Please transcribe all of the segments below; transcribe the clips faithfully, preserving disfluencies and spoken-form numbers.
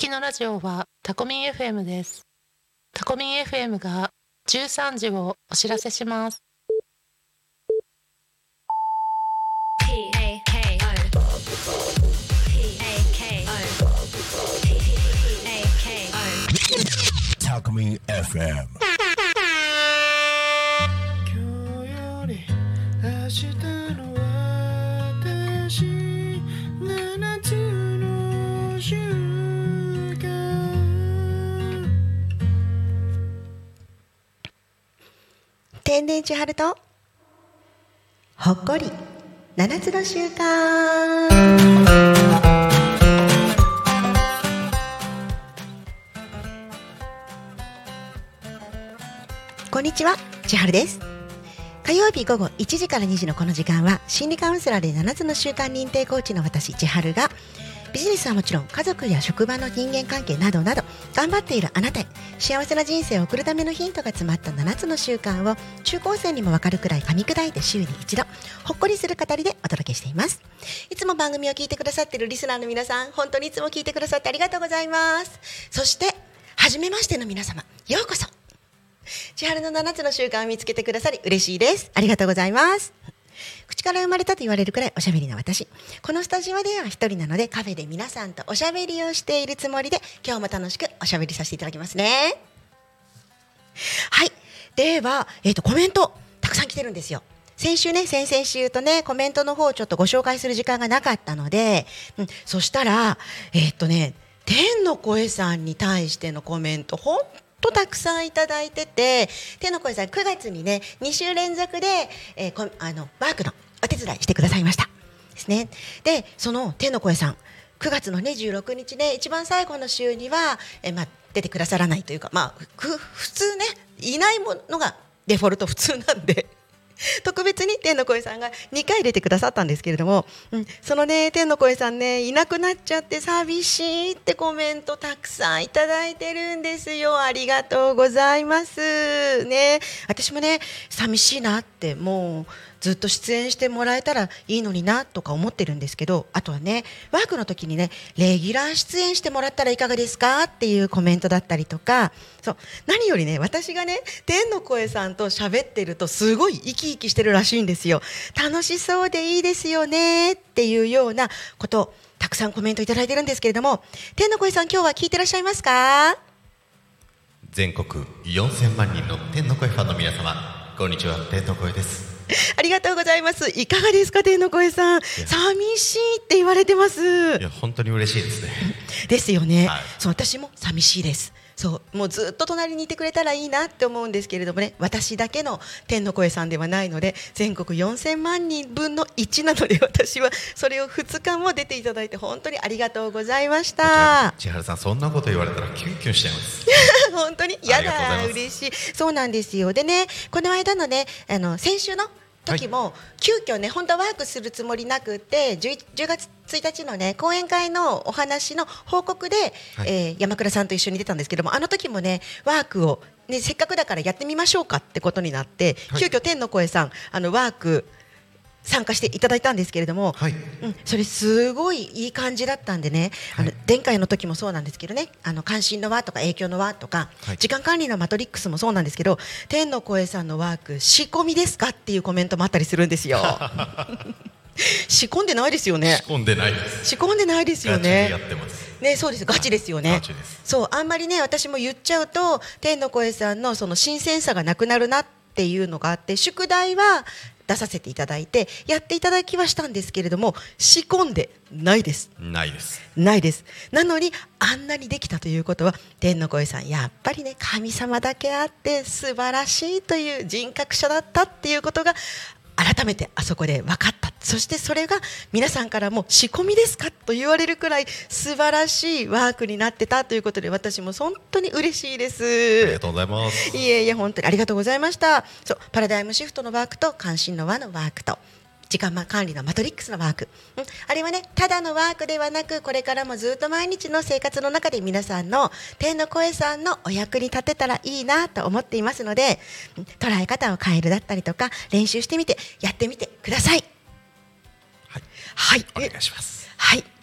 きのラジオはタコミン エフエム です。タコミン エフエム がじゅうさんじをお知らせします。 タコミン エフエム。 今日より明日の私、七つの習慣。 天然千春とほっこり七つの習慣。こんにちは、千春です。火曜日午後いちじからにじのこの時間は、心理カウンセラーでななつの習慣認定コーチの私千春が、ビジネスはもちろん家族や職場の人間関係などなど、頑張っているあなたへ幸せな人生を送るためのヒントが詰まったななつの習慣を、中高生にもわかるくらい噛み砕いて週に一度ほっこりする語りでお届けしています。いつも番組を聞いてくださっているリスナーの皆さん、本当にいつも聞いてくださってありがとうございます。そして初めましての皆様、ようこそ。千春のななつの習慣を見つけてくださり嬉しいです。ありがとうございます。口から生まれたと言われるくらいおしゃべりな私、このスタジオでは一人なので、カフェで皆さんとおしゃべりをしているつもりで、今日も楽しくおしゃべりさせていただきますね。はい、では、えーと、コメントたくさん来てるんですよ。先週ね、先々週とね、コメントの方をちょっとご紹介する時間がなかったので、うん、そしたらえーとね天の声さんに対してのコメント、本とたくさんいただいてて、天の声さんくがつにねに週連続で、えー、こあのワークのお手伝いしてくださいましたですね。でその天の声さん、くがつのじゅうろくにちね、一番最後の週には、えーまあ、出てくださらないというか、まあ、ふ普通ねいないものがデフォルト普通なんで特別に天の声さんがにかい出てくださったんですけれども、うん、そのね天の声さんねいなくなっちゃって寂しいってコメントたくさんいただいてるんですよ。ありがとうございますね。私もね寂しいなって、もうずっと出演してもらえたらいいのになとか思ってるんですけど、あとはねワークの時にねレギュラー出演してもらったらいかがですかっていうコメントだったりとか、そう何よりね私がね天の声さんと喋ってるとすごい生き生きしてるらしいんですよ。楽しそうでいいですよねっていうようなことをたくさんコメントいただいてるんですけれども、天の声さん今日は聞いてらっしゃいますか？ 全国よんせんまんにんの天の声ファンの皆様、こんにちは、天の声です。 ありがとうございます。いかがですか天の声さん。寂しいって言われてます。 いや本当に嬉しいですね。 ですよね、 はい、 そう私も寂しいです。そうもうずっと隣にいてくれたらいいなって思うんですけれどもね、私だけの天の声さんではないので、全国よんせんまんにんぶんのいちなので、私はそれをふつかも出ていただいて本当にありがとうございました。 千春さん、そんなこと言われたらキュンキュンしちゃいます本当にやだ、嬉しい。そうなんですよ。でねこの間のねあの先週の時も、はい、急遽ね本当はワークするつもりなくて 10, じゅうがつついたちのね講演会のお話の報告で、はい、えー、山倉さんと一緒に出たんですけども、あの時もねワークを、ね、せっかくだからやってみましょうかってことになって、はい、急遽天の声さんあのワーク参加していただいたんですけれども、はい、うん、それすごいいい感じだったんでね、はい、あの前回の時もそうなんですけどね、あの関心の輪とか影響の輪とか、はい、時間管理のマトリックスもそうなんですけど、天の声さんのワーク仕込みですかっていうコメントもあったりするんですよ仕込んでないですよね。 仕込んでないです。 仕込んでないですよね。 ガチでやってますね、そうです、ガチですよね。 ガチです。 そうあんまりね私も言っちゃうと天の声さんのその新鮮さがなくなるなっていうのがあって、宿題は出させていただいてやっていただきはしたんですけれども、仕込んでないですないですないです。なのにあんなにできたということは、天の声さんやっぱりね神様だけあって素晴らしいという人格者だったっていうことが改めてあそこで分かった。そしてそれが皆さんからも仕込みですかと言われるくらい素晴らしいワークになってたということで、私も本当に嬉しいです。 ありがとうございます。 いえいえ本当にありがとうございました。そうパラダイムシフトのワークと関心の輪のワークと時間管理のマトリックスのワーク、うん、あれはねただのワークではなく、これからもずっと毎日の生活の中で皆さんの天の声さんのお役に立てたらいいなと思っていますので、捉え方を変えるだったりとか練習してみてやってみてください。 はい、 はい、 お願いします。 はい、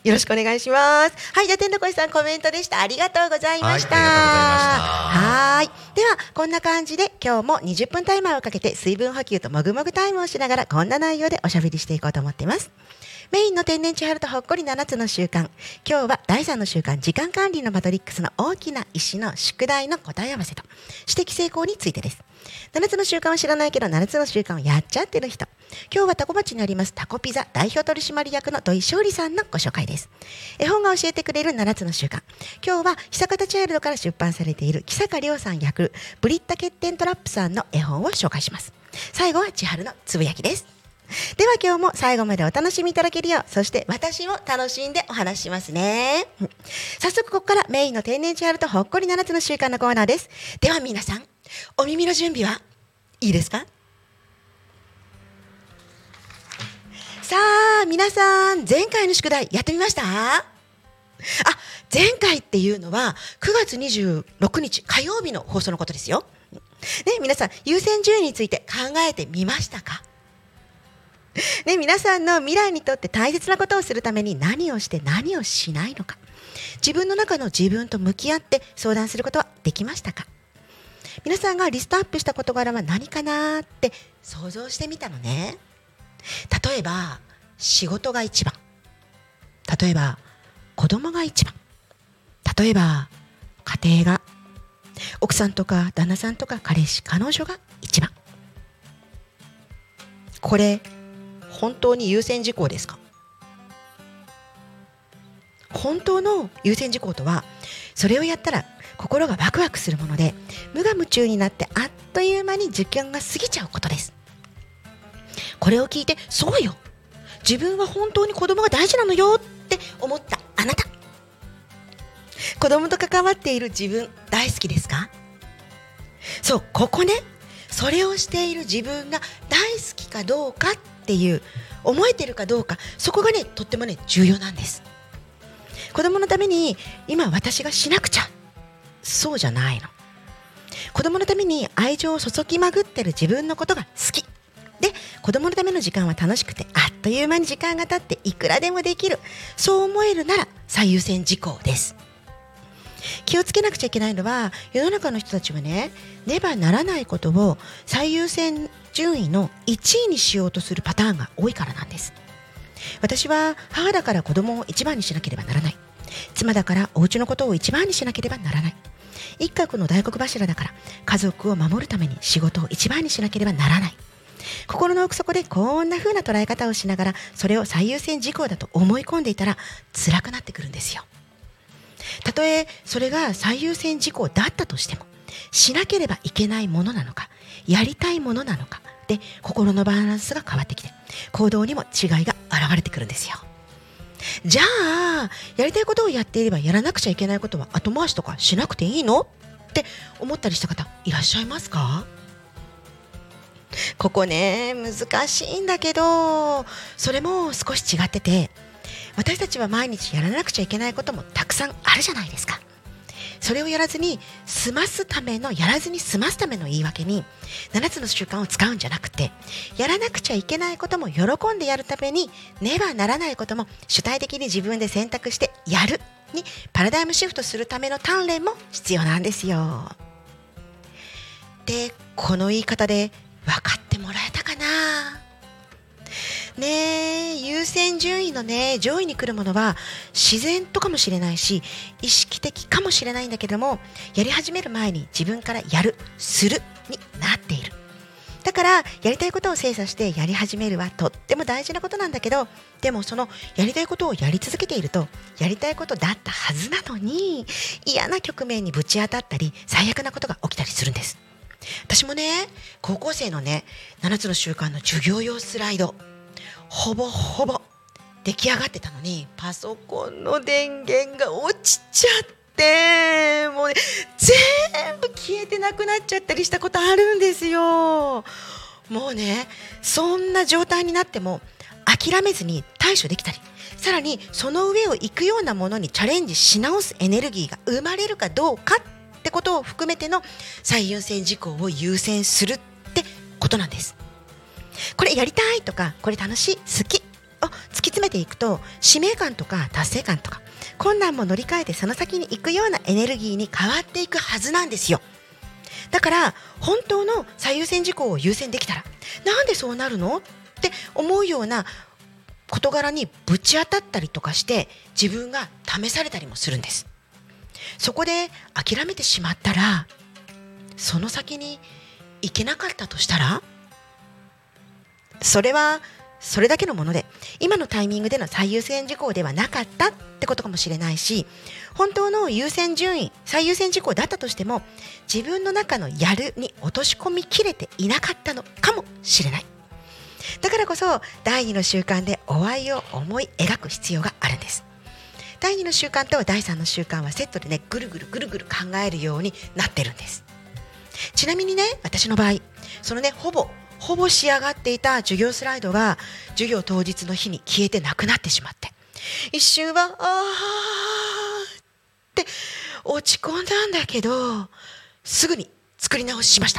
よろしくお願いします。はい、じゃあ天の声さんコメントでした。ありがとうございました。 はい、ありがとうございました。 はい、ではこんな感じで今日もにじゅっぷんタイマーをかけて水分補給ともぐもぐタイムをしながらこんな内容でおしゃべりしていこうと思っています。メインの天然千春とほっこりななつの習慣、今日はだいさんの習慣、時間管理のマトリックスの大きな石の宿題の答え合わせと指摘成功についてです。ななつの習慣を知らないけどななつの習慣をやっちゃってる人、今日はタコ町にありますタコピザ代表取締役の土井勝利さんのご紹介です。絵本が教えてくれるななつの習慣、今日は久方チャイルドから出版されている木坂亮さん役ブリッタ欠点トラップさんの絵本を紹介します。最後は千春のつぶやきです。では今日も最後までお楽しみいただけるよう、そして私も楽しんでお話ししますね。早速ここからメインの天然千春とほっこりななつの習慣のコーナーです。では皆さん、お耳の準備はいいですか？さあ皆さん、前回の宿題やってみました？あ、前回っていうのはくがつにじゅうろくにち火曜日の放送のことですよ。ね、皆さん優先順位について考えてみましたか？ね、皆さんの未来にとって大切なことをするために何をして何をしないのか、自分の中の自分と向き合って相談することはできましたか？皆さんがリストアップした事柄は何かなって想像してみたのね。例えば仕事が一番、例えば子供が一番、例えば家庭が、奥さんとか旦那さんとか彼氏彼女が一番。これ本当に優先事項ですか？本当の優先事項とは、それをやったら心がワクワクするもので、無我夢中になってあっという間に時間が過ぎちゃうことです。これを聞いて、そうよ、自分は本当に子供が大事なのよって思ったあなた、子供と関わっている自分大好きですか？そう、ここね、それをしている自分が大好きかどうかっていう、思えてるかどうか、そこがね、とってもね、重要なんです。子供のために今私がしなくちゃ、そうじゃないの。子供のために愛情を注ぎまぐってる自分のことが好きで、子供のための時間は楽しくて、あっという間に時間が経っていくらでもできる、そう思えるなら最優先事項です。気をつけなくちゃいけないのは、世の中の人たちはね、ねばならないことを最優先順位のいちいにしようとするパターンが多いからなんです。私は母だから子供を一番にしなければならない、妻だからお家のことを一番にしなければならない、一家の大黒柱だから家族を守るために仕事を一番にしなければならない、心の奥底でこんな風な捉え方をしながらそれを最優先事項だと思い込んでいたら辛くなってくるんですよ。たとえそれが最優先事項だったとしても、しなければいけないものなのか、やりたいものなのかで心のバランスが変わってきて、行動にも違いが現れてくるんですよ。じゃあやりたいことをやっていればやらなくちゃいけないことは後回しとかしなくていいのって思ったりした方いらっしゃいますか？ここね、難しいんだけど、それも少し違ってて、私たちは毎日やらなくちゃいけないこともたくさんあるじゃないですか。それをやらずに済ますための、やらずに済ますための言い訳にななつの習慣を使うんじゃなくて、やらなくちゃいけないことも喜んでやるために、ねばならないことも主体的に自分で選択してやるにパラダイムシフトするための鍛錬も必要なんですよ。で、この言い方で分かってもらえたかな？ねえ、優先順位のね、上位に来るものは自然とかもしれないし、意識的かもしれないんだけども、やり始める前に自分からやる、するになっている。だからやりたいことを精査してやり始めるはとっても大事なことなんだけど、でもそのやりたいことをやり続けていると、やりたいことだったはずなのに嫌な局面にぶち当たったり、最悪なことが起きたりするんです。私もね、高校生のね、ななつの習慣の授業用スライド、ほぼほぼ出来上がってたのに、パソコンの電源が落ちちゃって、もうね、全部消えてなくなっちゃったりしたことあるんですよ。もうね、そんな状態になっても諦めずに対処できたり、さらにその上を行くようなものにチャレンジし直すエネルギーが生まれるかどうかってことを含めての最優先事項を優先するってことなんです。これやりたいとか、これ楽しい、好き突き詰めていくと、使命感とか達成感とか困難も乗り換えてその先に行くようなエネルギーに変わっていくはずなんですよ。だから本当の最優先事項を優先できたら、なんでそうなるのって思うような事柄にぶち当たったりとかして自分が試されたりもするんです。そこで諦めてしまったら、その先に行けなかったとしたら、それはそれだけのもので、今のタイミングでの最優先事項ではなかったってことかもしれないし、本当の優先順位、最優先事項だったとしても、自分の中のやるに落とし込みきれていなかったのかもしれない。だからこそだいにの習慣で終わりを思い描く必要があるんです。だいにの習慣とだいさんの習慣はセットでね、ぐるぐるぐるぐる考えるようになってるんです。ちなみにね、私の場合、そのね、ほぼほぼ仕上がっていた授業スライドが授業当日の日に消えてなくなってしまって、一瞬はあーって落ち込んだんだけど、すぐに作り直ししました。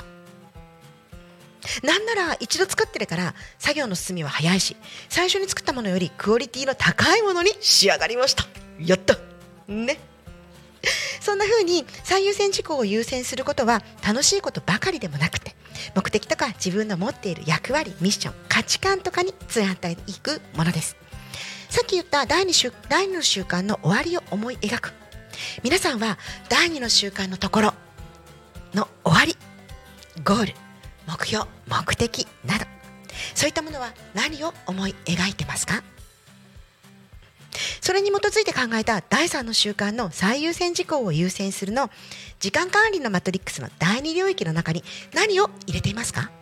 なんなら一度作ってるから作業の進みは早いし、最初に作ったものよりクオリティの高いものに仕上がりました。やったね。そんな風に最優先事項を優先することは楽しいことばかりでもなくて、目的とか自分の持っている役割、ミッション、価値観とかにつながっていくものです。さっき言っただいにの習慣の終わりを思い描く。皆さんはだいにの習慣のところの終わり、ゴール、目標、目的など、そういったものは何を思い描いてますか？それに基づいて考えただいさんの習慣の最優先事項を優先するの時間管理のマトリックスのだいに領域の中に何を入れていますか？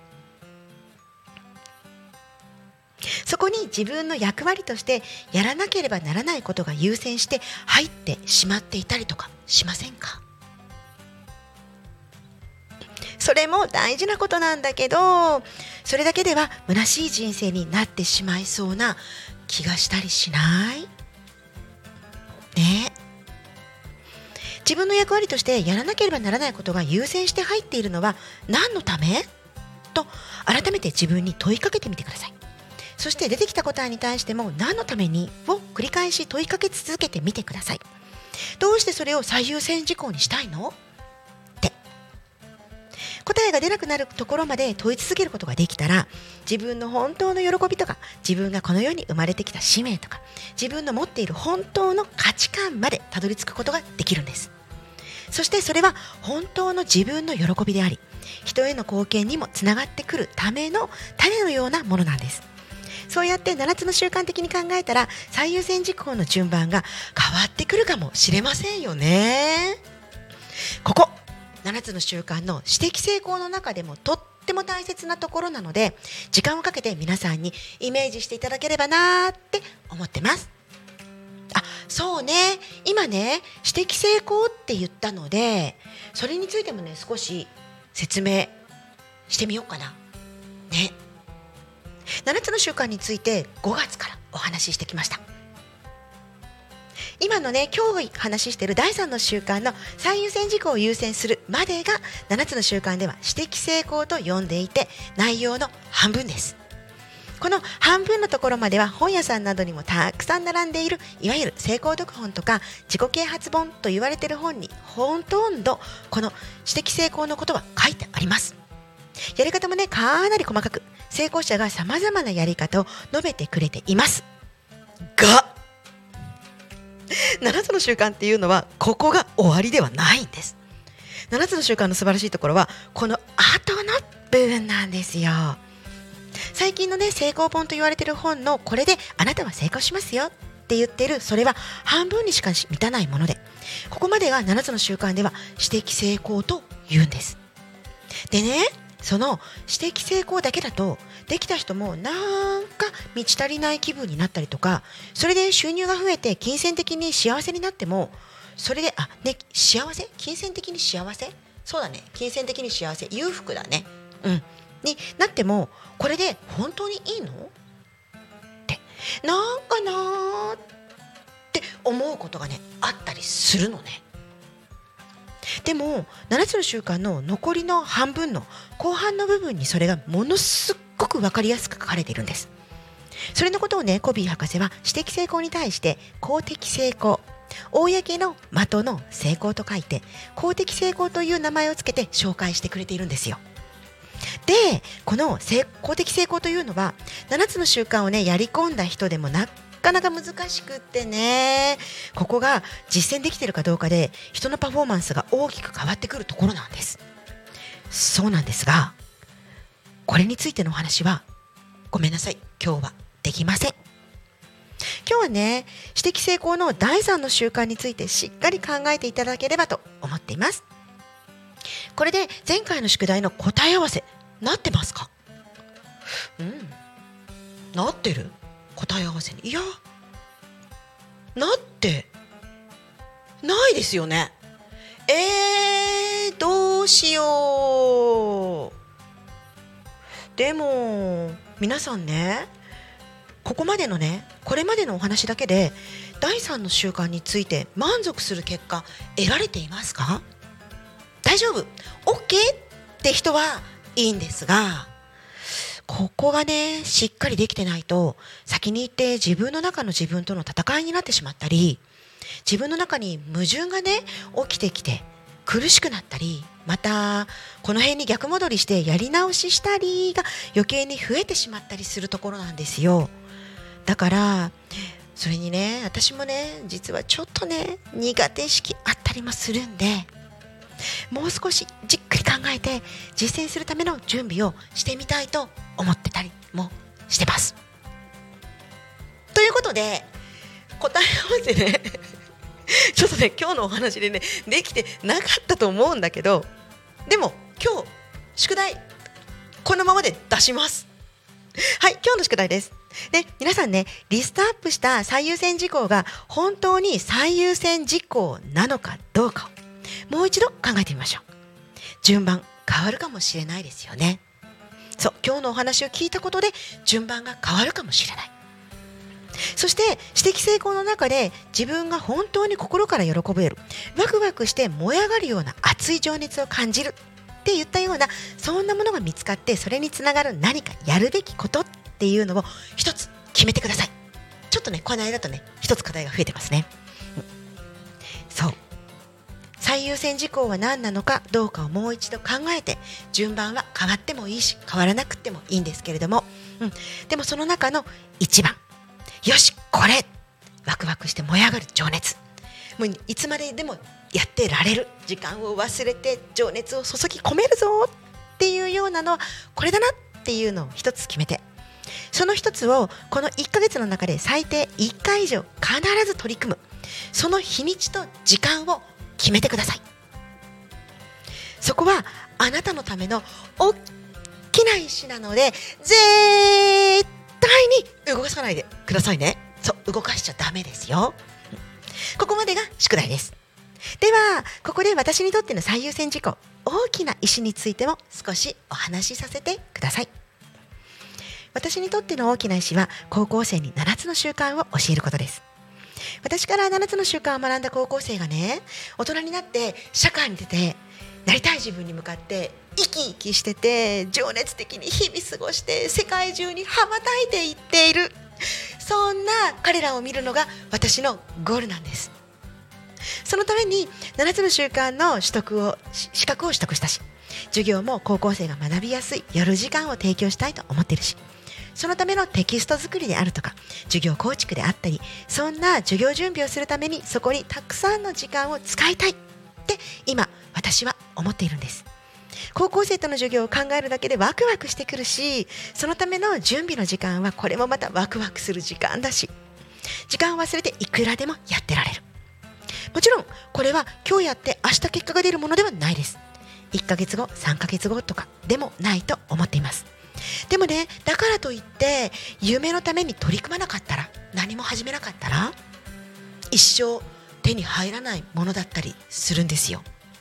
そこに自分の役割としてやらなければならないことが優先して入ってしまっていたりとかしませんか？それも大事なことなんだけど、それだけでは虚しい人生になってしまいそうな気がしたりしない？ね。自分の役割としてやらなければならないことが優先して入っているのは何のため？と改めて自分に問いかけてみてください。そして出てきた答えに対しても何のためにを繰り返し問いかけ続けてみてください。どうしてそれを最優先事項にしたいの？って答えが出なくなるところまで問い続けることができたら、自分の本当の喜びとか、自分がこの世に生まれてきた使命とか、自分の持っている本当の価値観までたどり着くことができるんです。そしてそれは本当の自分の喜びであり、人への貢献にもつながってくるための種のようなものなんです。そうやってななつの習慣的に考えたら、最優先事項の順番が変わってくるかもしれませんよね。ここななつの習慣の私的成功の中でもとっても大切なところなので、時間をかけて皆さんにイメージしていただければなって思ってます。あ、そうね、今ね、私的成功って言ったので、それについてもね、少し説明してみようかなね。ななつの習慣についてごがつからお話ししてきました。今のね、今日話しているだいさんの習慣の最優先事項を優先するまでがななつの習慣では私的成功と呼んでいて、内容の半分です。この半分のところまでは本屋さんなどにもたくさん並んでいる、いわゆる成功読本とか自己啓発本と言われている本にほとんどこの私的成功のことは書いてあります。やり方もね、かなり細かく成功者がさまざまなやり方を述べてくれていますが、ななつの習慣っていうのはここが終わりではないんです。ななつの習慣の素晴らしいところはこの後の部分なんですよ。最近のね、成功本と言われている本のこれであなたは成功しますよって言っている、それは半分にしか満たないもので、ここまでがななつの習慣では私的成功と言うんです。でね、その私的成功だけだとできた人もなんか満ち足りない気分になったりとか、それで収入が増えて金銭的に幸せになっても、それであね、幸せ、金銭的に幸せ、そうだね、金銭的に幸せ、裕福だね、うんになっても、これで本当にいいのってなんかなーって思うことがね、あったりするのね。でもななつの習慣の残りの半分の後半の部分にそれがものすごく分かりやすく書かれているんです。 それのことをね、コビー博士は私的成功に対して公的成功、公の的の成功と書いて公的成功という名前をつけて紹介してくれているんですよ。で、この公的成功というのはななつの習慣をねやり込んだ人でもなかなか難しくってね、ここが実践できているかどうかで人のパフォーマンスが大きく変わってくるところなんです。そうなんですが、これについてのお話はごめんなさい、今日はできません。今日はね、私的成功のだいさんの習慣についてしっかり考えていただければと思っています。これで前回の宿題の答え合わせなってますか？うん、なってる？答え合わせに。いや、なってないですよね。えー、どうしよう。でも皆さんね、ここまでのね、これまでのお話だけでだいさんの習慣について満足する結果得られていますか？大丈夫 OK って人はいいんですが、ここがねしっかりできてないと先に行って自分の中の自分との戦いになってしまったり、自分の中に矛盾がね起きてきて苦しくなったり、またこの辺に逆戻りしてやり直ししたりが余計に増えてしまったりするところなんですよ。だからそれにね、私もね実はちょっとね苦手意識あったりもするんで、もう少しじっくり考えて実践するための準備をしてみたいと思ってたりもしてます。ということで答え合わせねちょっとね今日のお話でねできてなかったと思うんだけど、でも今日宿題このままで出します。はい、今日の宿題です。で、皆さんね、リストアップした最優先事項が本当に最優先事項なのかどうかをもう一度考えてみましょう。順番変わるかもしれないですよね。そう、今日のお話を聞いたことで順番が変わるかもしれない。そして私的成功の中で自分が本当に心から喜べる、ワクワクして燃え上がるような熱い情熱を感じるって言ったような、そんなものが見つかって、それにつながる何かやるべきことっていうのを一つ決めてください。ちょっとねこの間とね一つ課題が増えてますね。そう、最優先事項は何なのかどうかをもう一度考えて、順番は変わってもいいし変わらなくてもいいんですけれども、うん、でもその中の一番、よしこれワクワクして燃え上がる情熱、もういつまででもやってられる、時間を忘れて情熱を注ぎ込めるぞっていうようなのはこれだなっていうのを一つ決めて、その一つをこのいっかげつの中で最低いっかい以上必ず取り組む、その日にちと時間を決めてください。そこはあなたのための大きな石なので絶対に動かさないでくださいね。そう、動かしちゃダメですよ。ここまでが宿題です。ではここで私にとっての最優先事項、大きな石についても少しお話しさせてください。私にとっての大きな石は高校生にななつの習慣を教えることです。私からななつの習慣を学んだ高校生がね、大人になって社会に出てなりたい自分に向かって生き生きしてて、情熱的に日々過ごして世界中に羽ばたいていっている、そんな彼らを見るのが私のゴールなんです。そのためにななつの習慣の取得を資格を取得したし、授業も高校生が学びやすい夜時間を提供したいと思っているし、そのためのテキスト作りであるとか授業構築であったり、そんな授業準備をするためにそこにたくさんの時間を使いたいって今私は思っているんです。高校生との授業を考えるだけでワクワクしてくるし、そのための準備の時間はこれもまたワクワクする時間だし、時間を忘れていくらでもやってられる。もちろんこれは今日やって明日結果が出るものではないです。いっかげつご、さんかげつごとかでもないと思っています。でもね、だからといって夢のために取り組まなかったら、何も始めなかったら一生手に入らないものだったりするんですよ。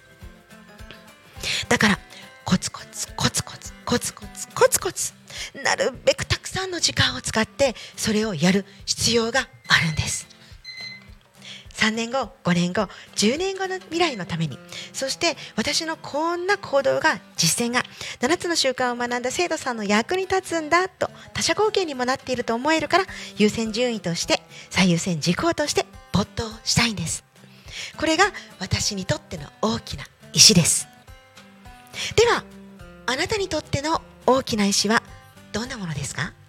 だからコツコツコツコツコツコツコツコツ、なるべくたくさんの時間を使ってそれをやる必要があるんです。 さんねんご、ごねんご、じゅうねんごの未来のために、そして私のこんな行動が実践がななつの習慣を学んだ生徒さんの役に立つんだと他者貢献にもなっていると思えるから、優先順位として最優先事項として没頭したいんです。これが私にとっての大きな石です。ではあなたにとっての大きな石はどんなものですか？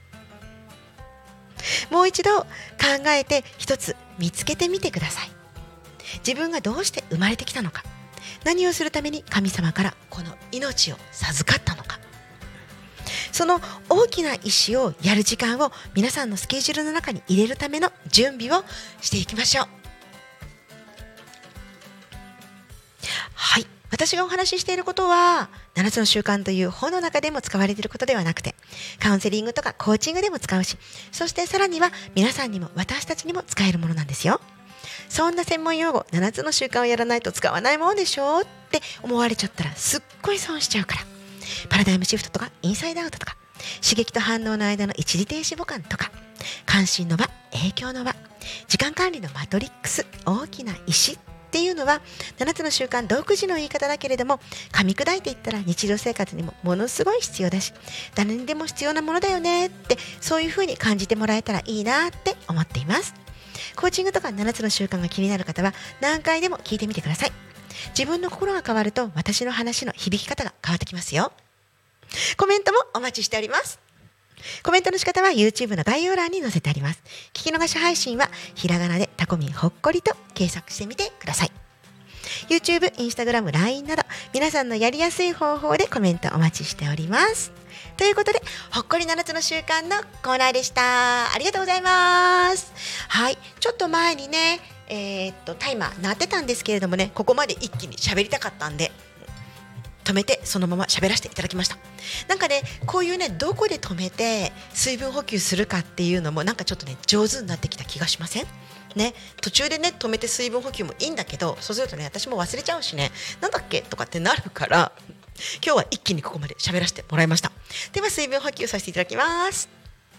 もう一度考えて一つ見つけてみてください。自分がどうして生まれてきたのか、何をするために神様からこの命を授かったのか、その大きな石をやる時間を皆さんのスケジュールの中に入れるための準備をしていきましょう。はい、私がお話ししていることはななつの習慣という本の中でも使われていることではなくて、カウンセリングとかコーチングでも使うし、そしてさらには皆さんにも私たちにも使えるものなんですよ。そんな専門用語ななつの習慣をやらないと使わないもんでしょって思われちゃったらすっごい損しちゃうから、パラダイムシフトとかインサイドアウトとか刺激と反応の間の一時停止ボタンとか関心の輪、影響の輪、時間管理のマトリックス、大きな石っていうのはななつの習慣独自の言い方だけれども、噛み砕いていったら日常生活にもものすごい必要だし、誰にでも必要なものだよねって、そういう風に感じてもらえたらいいなって思っています。コーチングとかななつの習慣が気になる方は何回でも聞いてみてください。自分の心が変わると私の話の響き方が変わってきますよ。コメントもお待ちしております。コメントの仕方は YouTube の概要欄に載せてあります。聞き逃し配信はひらがなでタコミンほっこりと検索してみてください。 YouTube、Instagram、ライン など皆さんのやりやすい方法でコメントお待ちしております。ということで、ほっこりななつの習慣のコーナーでした。ありがとうございます。はい、ちょっと前にね、えー、っとタイマー鳴ってたんですけれどもね、ここまで一気に喋りたかったんで止めてそのまま喋らせていただきました。なんかね、こういうね、どこで止めて水分補給するかっていうのもなんかちょっとね上手になってきた気がしませんね。途中でね止めて水分補給もいいんだけど、そうするとね私も忘れちゃうしね、なんだっけとかってなるから、今日は一気にここまで喋らせてもらいました。では水分補給させていただきます。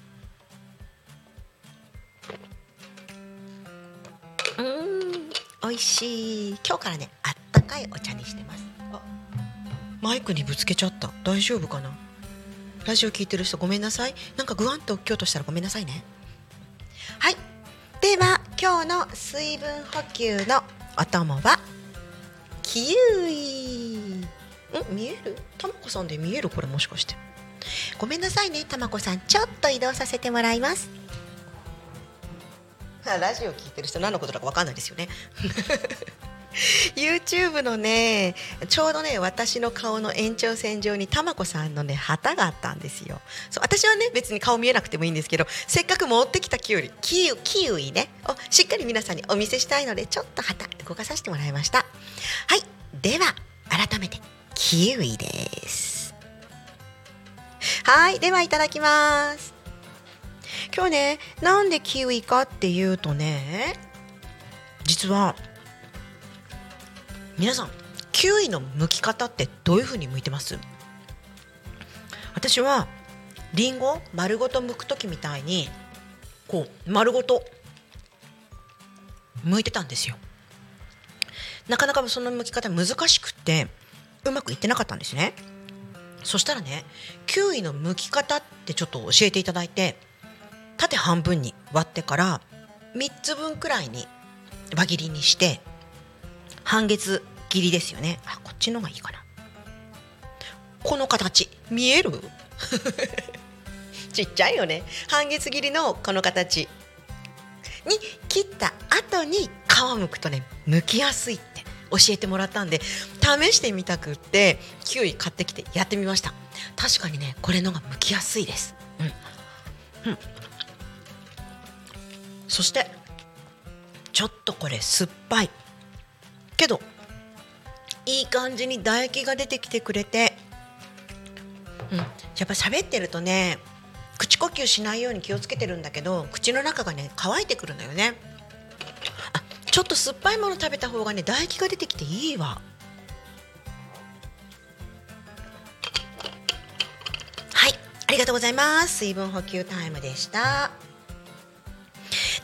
うーん、美味しい。今日からねあったかいお茶にしてます。あ、マイクにぶつけちゃった。大丈夫かな。ラジオ聞いてる人ごめんなさい。なんかグワンと今日としたらごめんなさいね。はい、では今日の水分補給のお供はキウイ。ん、見える？たまこさんで見える？これもしかしてごめんなさいね。たまこさんちょっと移動させてもらいます。ラジオ聞いてる人何のことだか分かんないですよねYouTube のね、ちょうどね私の顔の延長線上にたまこさんのね旗があったんですよ。そう、私はね別に顔見えなくてもいいんですけど、せっかく持ってきたキウイキウキウイねをしっかり皆さんにお見せしたいので、ちょっと旗動かさせてもらいました。はい、では改めてキウイです。はい、ではいただきます。今日ね、なんでキウイかっていうとね、実は皆さんキウイの剥き方ってどういう風に剥いてます？私はリンゴ丸ごと剥くときみたいにこう丸ごと剥いてたんですよ。なかなかその剥き方難しくってうまくいってなかったんですね。そしたらね、キウイの剥き方ってちょっと教えていただいて、縦半分に割ってからみっつぶんくらいに輪切りにして、半月切りですよね。あ、こっちのがいいかな。この形見えるちっちゃいよね。半月切りのこの形に切った後に皮むくとね剥きやすいって教えてもらったんで、試してみたくってキウイ買ってきてやってみました。確かにね、これのが剥きやすいです。うん、うん、そしてちょっとこれ酸っぱいけどいい感じに唾液が出てきてくれて、うん、やっぱ喋ってるとね口呼吸しないように気をつけてるんだけど、口の中がね乾いてくるんだよね。あ、ちょっと酸っぱいもの食べた方がね唾液が出てきていいわ。はい、ありがとうございます。水分補給タイムでした。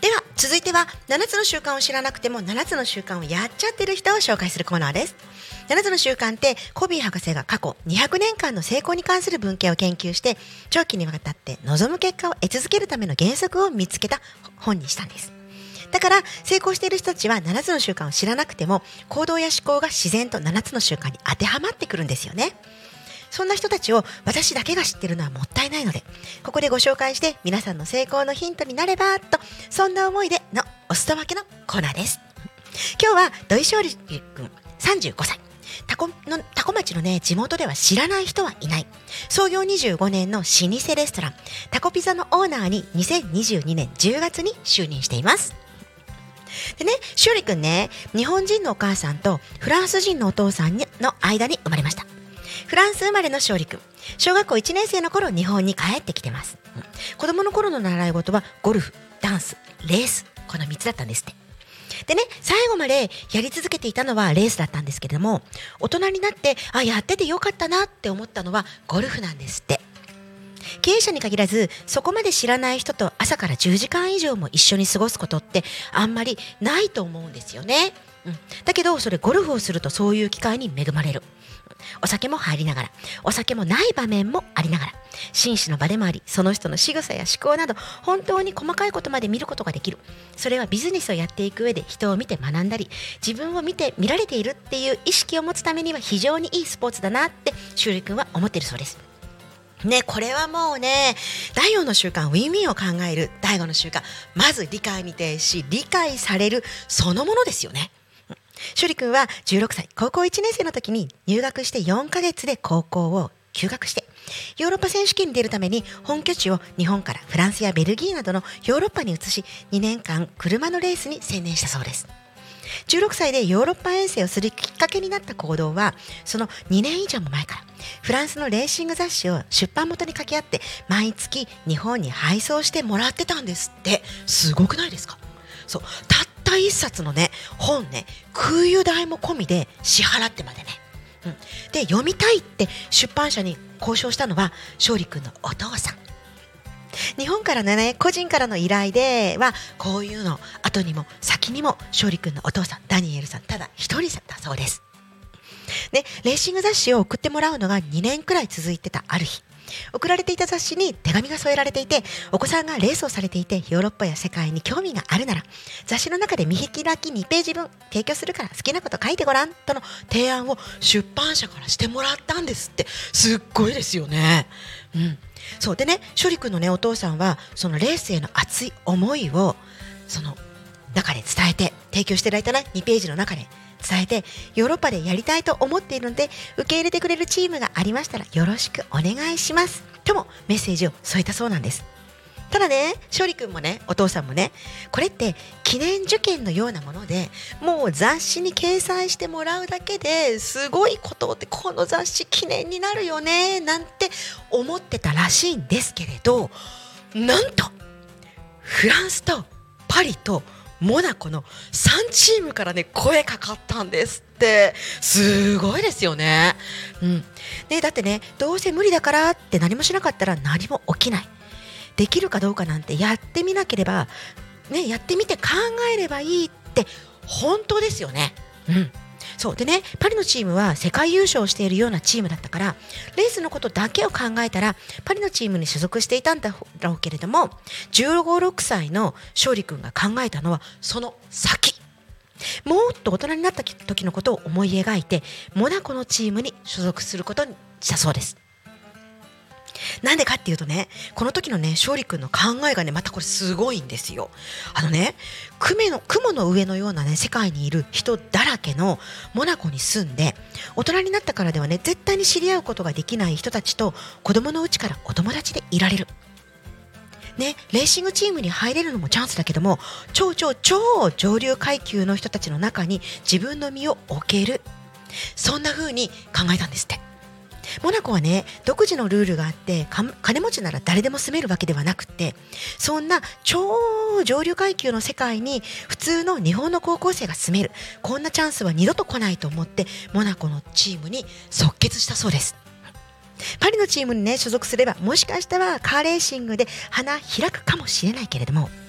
では続いてはななつの習慣を知らなくてもななつの習慣をやっちゃってる人を紹介するコーナーです。ななつの習慣ってコビー博士が過去にひゃくねんかんの成功に関する文献を研究して長期にわたって望む結果を得続けるための原則を見つけた本にしたんです。だから成功している人たちはななつの習慣を知らなくても行動や思考が自然とななつの習慣に当てはまってくるんですよね。そんな人たちを私だけが知ってるのはもったいないので、ここでご紹介して皆さんの成功のヒントになればと、そんな思いでのおすそ分けのコーナーです。今日は土井勝利君さんじゅうごさい、タコのタコ町のね地元では知らない人はいない、創業にじゅうごねんの老舗レストランタコピザのオーナーににせんにじゅうにねんじゅうがつに就任しています。でね、勝利君ね、日本人のお母さんとフランス人のお父さんの間に生まれました。フランス生まれの勝利君、小学校いちねん生の頃日本に帰ってきてます。うん、子供の頃の習い事はゴルフ、ダンス、レース、このみっつだったんですって。でね、最後までやり続けていたのはレースだったんですけれども、大人になってあやっててよかったなって思ったのはゴルフなんですって。経営者に限らずそこまで知らない人と朝からじゅうじかん以上も一緒に過ごすことってあんまりないと思うんですよね。うん、だけどそれゴルフをするとそういう機会に恵まれる。お酒も入りながら、お酒もない場面もありながら、紳士の場でもあり、その人の仕草や思考など本当に細かいことまで見ることができる。それはビジネスをやっていく上で人を見て学んだり、自分を見て見られているっていう意識を持つためには非常にいいスポーツだなって勝利君は思っているそうです。ね、これはもうね、だいよんの習慣ウィンウィンを考えるだいごの習慣、まず理解に徹し理解されるそのものですよね。勝利君はじゅうろくさい、高校いちねん生の時に入学してよんかげつで高校を休学してヨーロッパ選手権に出るために本拠地を日本からフランスやベルギーなどのヨーロッパに移し、にねんかん車のレースに専念したそうです。じゅうろくさいでヨーロッパ遠征をするきっかけになった行動は、そのにねん以上も前からフランスのレーシング雑誌を出版元に掛け合って毎月日本に配送してもらってたんですって。すごくないですか？そう、たった一冊のね本ね、空輸代も込みで支払ってまでね、うん、で読みたいって出版社に交渉したのは勝利君のお父さん。日本からのね個人からの依頼ではこういうの後にも先にも勝利君のお父さんダニエルさんただ一人だったそうです。でレーシング雑誌を送ってもらうのがにねんくらい続いてたある日、送られていた雑誌に手紙が添えられていて、お子さんがレースをされていてヨーロッパや世界に興味があるなら雑誌の中で見開きにページ分提供するから好きなこと書いてごらんとの提案を出版社からしてもらったんですって。すっごいですよね。うん、そうでね、勝利君のねお父さんはそのレースへの熱い思いをその中で伝えて提供してられたねにページの中で伝えて、ヨーロッパでやりたいと思っているので受け入れてくれるチームがありましたらよろしくお願いしますともメッセージを添えたそうなんです。ただね、勝利君もねお父さんもね、これって記念受験のようなもので、もう雑誌に掲載してもらうだけですごいことって、この雑誌記念になるよねなんて思ってたらしいんですけれど、なんとフランスとパリとモナコのさんチームからね声かかったんですって。すごいですよね。うん、ね、だってね、どうせ無理だからって何もしなかったら何も起きない。できるかどうかなんてやってみなければね、やってみて考えればいいって本当ですよね。うん、そうでね、パリのチームは世界優勝しているようなチームだったから、レースのことだけを考えたらパリのチームに所属していたんだろうけれども、じゅうご、ろくさいの勝利君が考えたのはその先、もっと大人になった時のことを思い描いてモナコのチームに所属することにしたそうです。なんでかっていうとね、この時のね勝利君の考えがねまたこれすごいんですよ。あのね、雲の雲の上のようなね世界にいる人だらけのモナコに住んで、大人になったからではね絶対に知り合うことができない人たちと子供のうちからお友達でいられるね。レーシングチームに入れるのもチャンスだけども、超超超上流階級の人たちの中に自分の身を置ける、そんな風に考えたんですって。モナコはね独自のルールがあって、金持ちなら誰でも住めるわけではなくって、そんな超上流階級の世界に普通の日本の高校生が住める、こんなチャンスは二度と来ないと思ってモナコのチームに即決したそうです。パリのチームにね所属すればもしかしたらカーレーシングで花開くかもしれないけれども、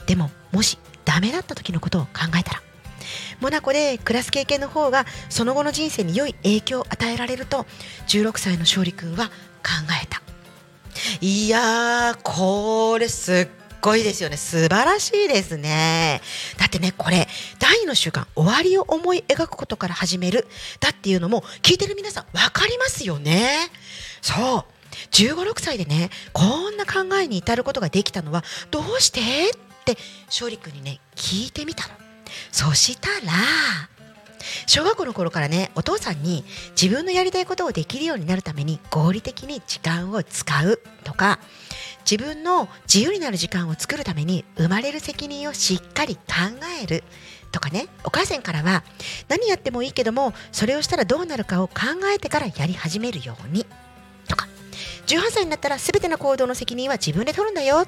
でももしダメだった時のことを考えたら、モナコで暮らす経験の方がその後の人生に良い影響を与えられるとじゅうろくさいの勝利君は考えた。いやー、これすっごいですよね。素晴らしいですね。だってね、これ第二の習慣、終わりを思い描くことから始めるだっていうのも聞いてる皆さん分かりますよね。そう、じゅうご、ろくさいでね、こんな考えに至ることができたのはどうしてって勝利君にね聞いてみたの。そしたら、小学校の頃からね、お父さんに自分のやりたいことをできるようになるために合理的に時間を使うとか、自分の自由になる時間を作るために生まれる責任をしっかり考えるとかね、お母さんからは何やってもいいけどもそれをしたらどうなるかを考えてからやり始めるようにとか、じゅうはっさいになったら全ての行動の責任は自分で取るんだよって、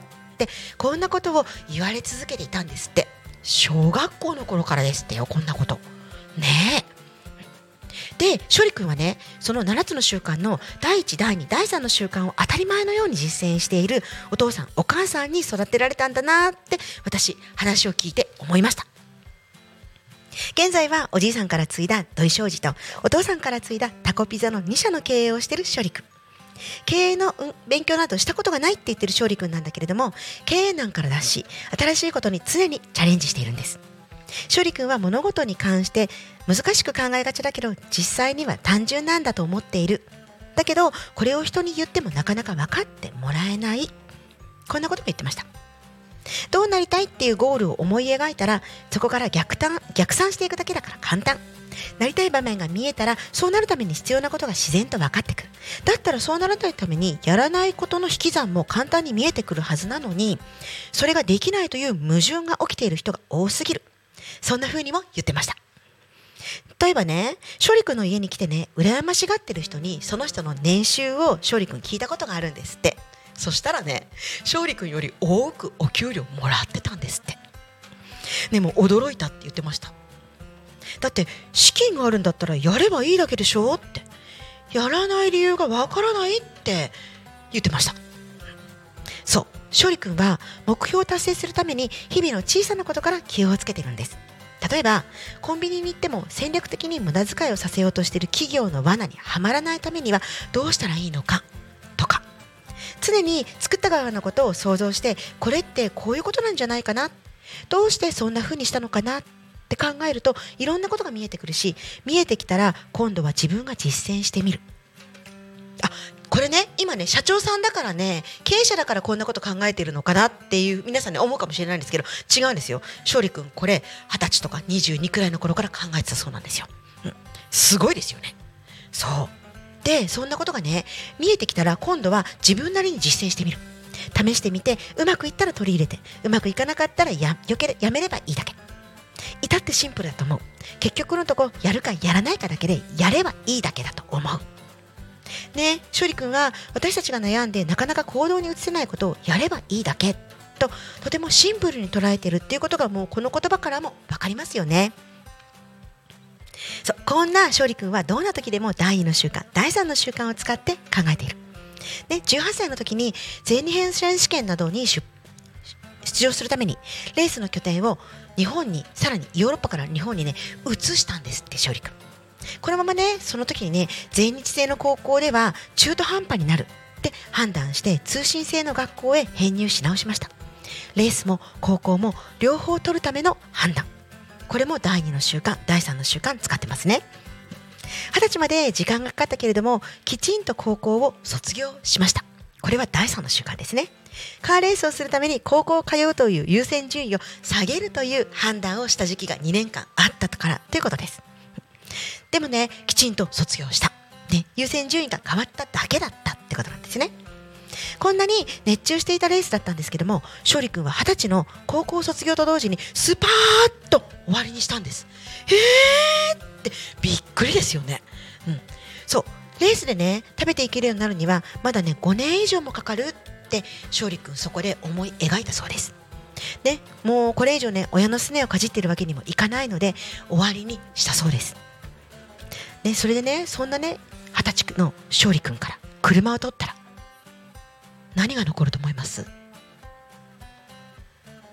こんなことを言われ続けていたんですって。小学校の頃からですってよ、こんなことねえ。で、勝利君はね、そのななつの習慣のだいいち、だいに、だいさんの習慣を当たり前のように実践しているお父さんお母さんに育てられたんだなって私、話を聞いて思いました。現在はおじいさんから継いだ土井商事とお父さんから継いだタコピザのに社の経営をしている勝利君。経営の、うん、勉強などしたことがないって言ってる勝利君なんだけれども、経営難から脱し新しいことに常にチャレンジしているんです。勝利君は物事に関して難しく考えがちだけど実際には単純なんだと思っている。だけどこれを人に言ってもなかなか分かってもらえない、こんなことも言ってました。どうなりたいっていうゴールを思い描いたらそこから逆算、逆算していくだけだから簡単。なりたい場面が見えたらそうなるために必要なことが自然と分かってくる。だったらそうならないためにやらないことの引き算も簡単に見えてくるはずなのに、それができないという矛盾が起きている人が多すぎる。そんな風にも言ってました。例えばね、勝利君の家に来てね、羨ましがってる人にその人の年収を勝利君聞いたことがあるんですって。そしたらね、勝利君より多くお給料もらってたんですって。でも驚いたって言ってました。だって資金があるんだったらやればいいだけでしょって、やらない理由がわからないって言ってました。そう、勝利君は目標を達成するために日々の小さなことから気をつけてるんです。例えばコンビニに行っても戦略的に無駄遣いをさせようとしている企業の罠にはまらないためにはどうしたらいいのかとか、常に作った側のことを想像して、これってこういうことなんじゃないかな、どうしてそんな風にしたのかなって考えるといろんなことが見えてくるし、見えてきたら今度は自分が実践してみる。あ、これね、今ね、社長さんだからね、経営者だからこんなこと考えてるのかなっていう皆さんね思うかもしれないんですけど、違うんですよ。勝利君これはたちとかにじゅうにくらいの頃から考えてたそうなんですよ、うん、すごいですよね。そうで、そんなことがね見えてきたら今度は自分なりに実践してみる。試してみてうまくいったら取り入れて、うまくいかなかったら や, よけやめればいいだけ。至ってシンプルだと思う。結局のとこやるかやらないかだけでやればいいだけだと思うね。勝利君は私たちが悩んでなかなか行動に移せないことをやればいいだけととてもシンプルに捉えているっていうことがもうこの言葉からも分かりますよね。そう、こんな勝利君はどんな時でもだいにの習慣、だいさんの習慣を使って考えている、ね、じゅうはっさいの時に全日本選手権などに出場するためにレースの拠点を日本に、さらにヨーロッパから日本にね移したんですって。勝利君このままね、その時にね、全日制の高校では中途半端になるって判断して通信制の学校へ編入し直しました。レースも高校も両方取るための判断、これもだいにの習慣、だいさんの習慣使ってますね。はたちまで時間がかかったけれどもきちんと高校を卒業しました。これはだいさんの習慣ですね。カーレースをするために高校を通うという優先順位を下げるという判断をした時期がにねんかんあったからということです。でもね、きちんと卒業した、ね、優先順位が変わっただけだったってことなんですね。こんなに熱中していたレースだったんですけども、勝利君ははたちの高校卒業と同時にスパーッと終わりにしたんです。へーってびっくりですよね、うん、そうレースでね食べていけるようになるにはまだねごねん以上もかかるって勝利君そこで思い描いたそうです。ね、もうこれ以上ね親のすねをかじっているわけにもいかないので終わりにしたそうです、ね、それでね、そんなねはたちの勝利君から車を取ったら何が残ると思います？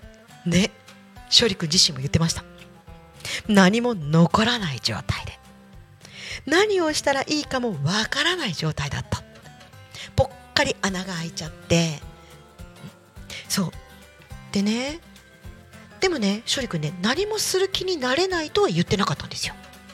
ね、勝利君自身も言ってました。何も残らない状態で、何をしたらいいかもわからない状態だった。ぽっかり穴が開いちゃって、そうでね、でもね、勝利君ね、何もする気になれないとは言ってなかったんですよ。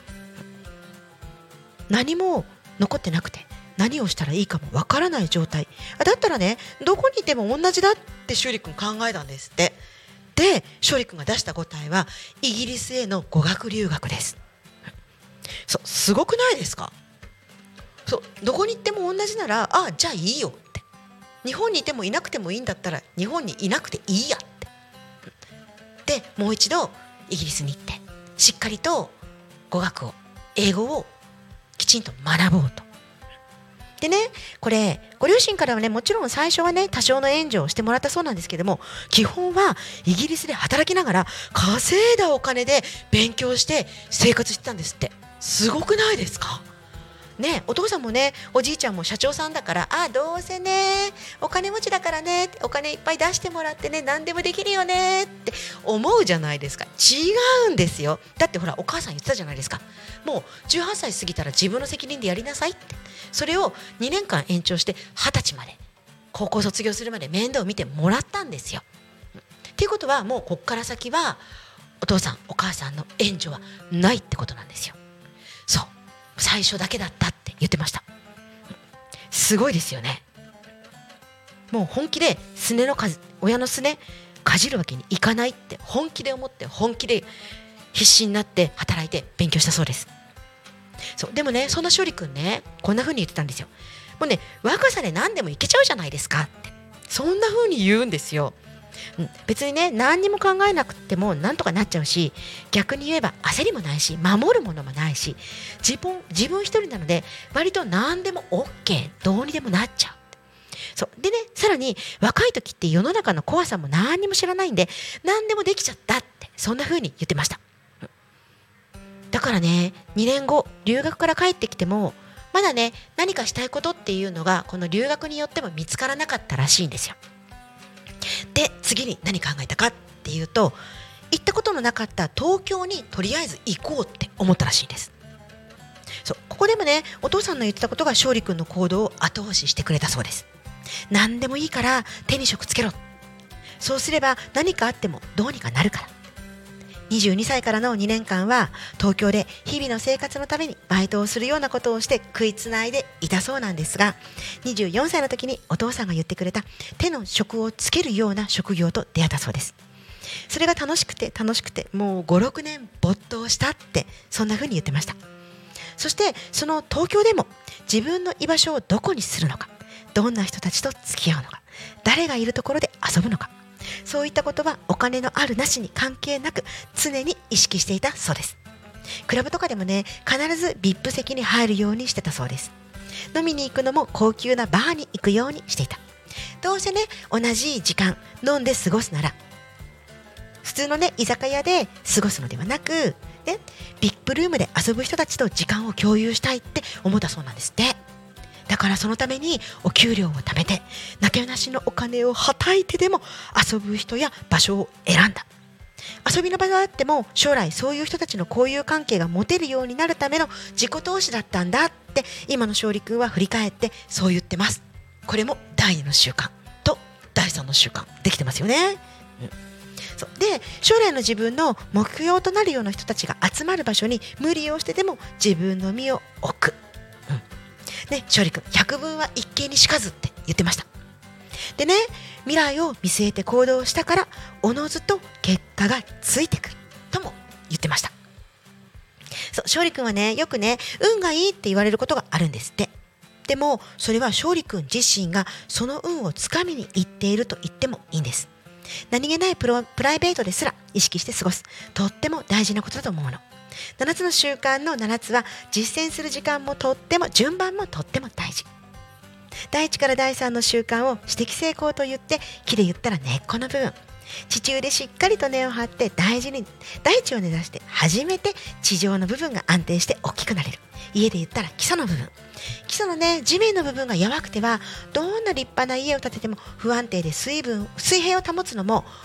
何も残ってなくて、何をしたらいいかもわからない状態だったらね、どこにいても同じだって勝利君考えたんですって。で、勝利君が出した答えはイギリスへの語学留学です。そう、すごくないですか。そう、どこに行っても同じなら、ああじゃあいいよって、日本にいてもいなくてもいいんだったら日本にいなくていいやって、でもう一度イギリスに行ってしっかりと語学を、英語をきちんと学ぼうと。でね、これご両親からはね、もちろん最初はね多少の援助をしてもらったそうなんですけども、基本はイギリスで働きながら稼いだお金で勉強して生活してたんですって。すごくないですかね。お父さんもね、おじいちゃんも社長さんだから、あ、どうせねお金持ちだからね、お金いっぱい出してもらってね、何でもできるよねって思うじゃないですか。違うんですよ。だってほら、お母さん言ってたじゃないですか。もうじゅうはっさい過ぎたら自分の責任でやりなさいって。それをにねんかん延長してはたちまで、高校卒業するまで面倒を見てもらったんですよ。っていうことは、もうこっから先はお父さんお母さんの援助はないってことなんですよ。そう、最初だけだったって言ってました。すごいですよね。もう本気ですねのか親のすねかじるわけにいかないって本気で思って、本気で必死になって働いて勉強したそうです。そうでもね、そんな勝利君ね、こんな風に言ってたんですよ。もうね、若さで何でもいけちゃうじゃないですかって、そんな風に言うんですよ。うん、別にね、何にも考えなくてもなんとかなっちゃうし、逆に言えば焦りもないし、守るものもないし、自分自分一人なので割と何でも OK、 どうにでもなっちゃう。そうでね、さらに若い時って世の中の怖さも何にも知らないんで、何でもできちゃったって、そんな風に言ってました。だからね、にねんご留学から帰ってきてもまだね、何かしたいことっていうのがこの留学によっても見つからなかったらしいんですよ。で、次に何考えたかっていうと、行ったことのなかった東京にとりあえず行こうって思ったらしいんです。そう、ここでもね、お父さんの言ってたことが勝利君の行動を後押ししてくれたそうです。何でもいいから手に職つけろ、そうすれば何かあってもどうにかなるから。にじゅうにさいからのにねんかんは東京で日々の生活のためにバイトをするようなことをして食いつないでいたそうなんですが、にじゅうよんさいの時にお父さんが言ってくれた手の職をつけるような職業と出会ったそうです。それが楽しくて楽しくてもうご、ろくねん没頭したって、そんな風に言ってました。そしてその東京でも自分の居場所をどこにするのか、どんな人たちと付き合うのか、誰がいるところで遊ぶのか、そういったことはお金のあるなしに関係なく常に意識していたそうです。クラブとかでもね、必ず ブイアイピー 席に入るようにしてたそうです。飲みに行くのも高級なバーに行くようにしていた。どうせね、同じ時間飲んで過ごすなら普通のね居酒屋で過ごすのではなく、ね、ブイアイピー ルームで遊ぶ人たちと時間を共有したいって思ったそうなんですって。だからそのためにお給料を貯めて、なけなしのお金をはたいてでも遊ぶ人や場所を選んだ。遊びの場があっても将来そういう人たちの交友関係が持てるようになるための自己投資だったんだって、今の勝利君は振り返ってそう言ってます。これもだいにの習慣とだいさんの習慣できてますよね。うん、そうで、将来の自分の目標となるような人たちが集まる場所に無理をしてでも自分の身を置く。うんね、勝利君百聞は一見にしかずって言ってました。でね、未来を見据えて行動したからおのずと結果がついてくるとも言ってました。そう、勝利君はね、よくね、運がいいって言われることがあるんですって。でもそれは勝利君自身がその運をつかみに行っていると言ってもいいんです。何気ないプロプライベートですら意識して過ごす、とっても大事なことだと思うの。ななつの習慣のななつは実践する時間もとっても順番もとっても大事。だいいちからだいさんの習慣を私的成功と言って、木で言ったら根っこの部分、地中でしっかりと根を張って大事に大地を根ざして初めて地上の部分が安定して大きくなれる。家で言ったら基礎の部分、基礎のね地面の部分が弱くてはどんな立派な家を建てても不安定で水分水平を保つのも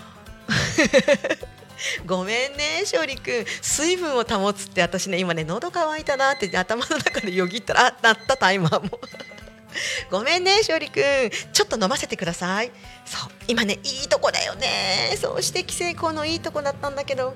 ごめんね勝利くん、水分を保つって私ね今ね喉乾いたなって頭の中でよぎったらあ鳴ったタイマーもごめんね勝利くん、ちょっと飲ませてください。そう今ねいいとこだよね。そう指摘成功のいいとこだったんだけど、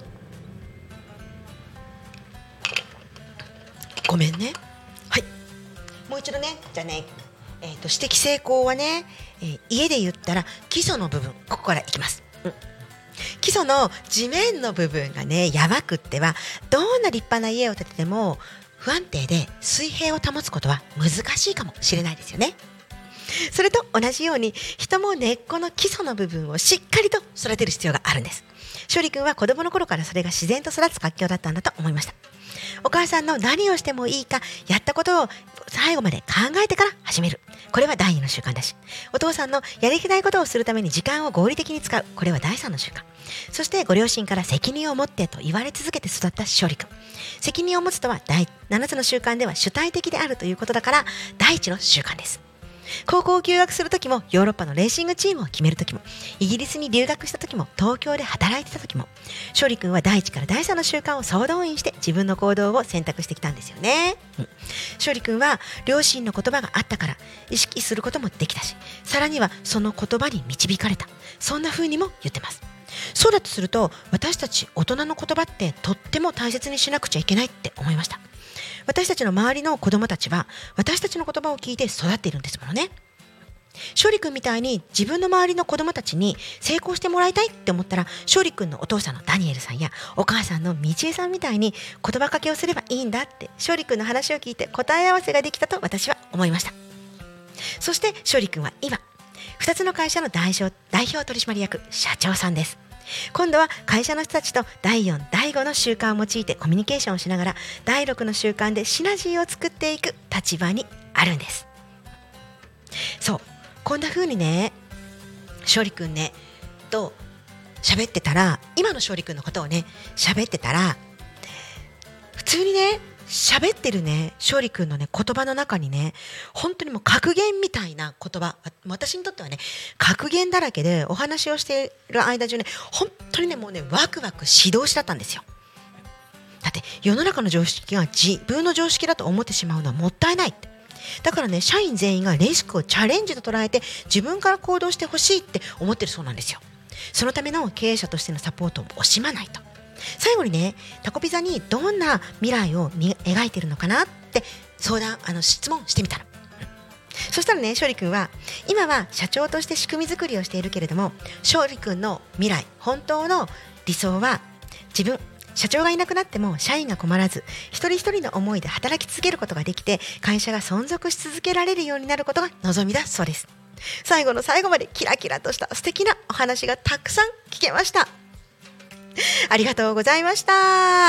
ごめんね。はい、もう一度ね。じゃあね、えー、と指摘成功はね、えー、家で言ったら基礎の部分、ここからいきます、うん、基礎の地面の部分がねやばくってはどんな立派な家を建てても不安定で水平を保つことは難しいかもしれないですよね。それと同じように人も根っこの基礎の部分をしっかりと育てる必要があるんです。勝利君は子供の頃からそれが自然と育つ環境だったんだと思いました。お母さんの何をしてもいいかやったことを最後まで考えてから始める、これは第二の習慣だし、お父さんのやりたいことをするために時間を合理的に使う、これは第三の習慣。そしてご両親から責任を持ってと言われ続けて育った勝利君、責任を持つとは第七つの習慣では主体的であるということだから第一の習慣です。高校を休学するときも、ヨーロッパのレーシングチームを決めるときも、イギリスに留学したときも、東京で働いてたときも、勝利君は第一から第三の習慣を総動員して自分の行動を選択してきたんですよね、うん、勝利君は両親の言葉があったから意識することもできたし、さらにはその言葉に導かれた、そんな風にも言ってます。そうだとすると、私たち大人の言葉ってとっても大切にしなくちゃいけないって思いました。私たちの周りの子供たちは私たちの言葉を聞いて育っているんですものね。勝利君みたいに自分の周りの子供たちに成功してもらいたいって思ったら、勝利君のお父さんのダニエルさんやお母さんの道恵さんみたいに言葉かけをすればいいんだって、勝利君の話を聞いて答え合わせができたと私は思いました。そして勝利君は今ふたつの会社の代表、代表取締役社長さんです。今度は会社の人たちとだいよん、だいごの習慣を用いてコミュニケーションをしながらだいろくの習慣でシナジーを作っていく立場にあるんです。そう、こんな風にね勝利くんねと喋ってたら、今の勝利くんのことをね喋ってたら、普通にね喋ってるね勝利くんのね言葉の中にね、本当にもう格言みたいな言葉、私にとってはね格言だらけで、お話をしている間中ね本当にねもうねワクワク指導しだったんですよ。だって世の中の常識が自分の常識だと思ってしまうのはもったいないって。だからね社員全員がリスクをチャレンジと捉えて自分から行動してほしいって思ってるそうなんですよ。そのための経営者としてのサポートを惜しまないと。最後にねタコピザにどんな未来を描いているのかなって相談あの質問してみたの、うん、そしたらね勝利君は今は社長として仕組み作りをしているけれども、勝利君の未来本当の理想は自分社長がいなくなっても社員が困らず一人一人の思いで働き続けることができて、会社が存続し続けられるようになることが望みだそうです。最後の最後までキラキラとした素敵なお話がたくさん聞けました。ありがとうございました、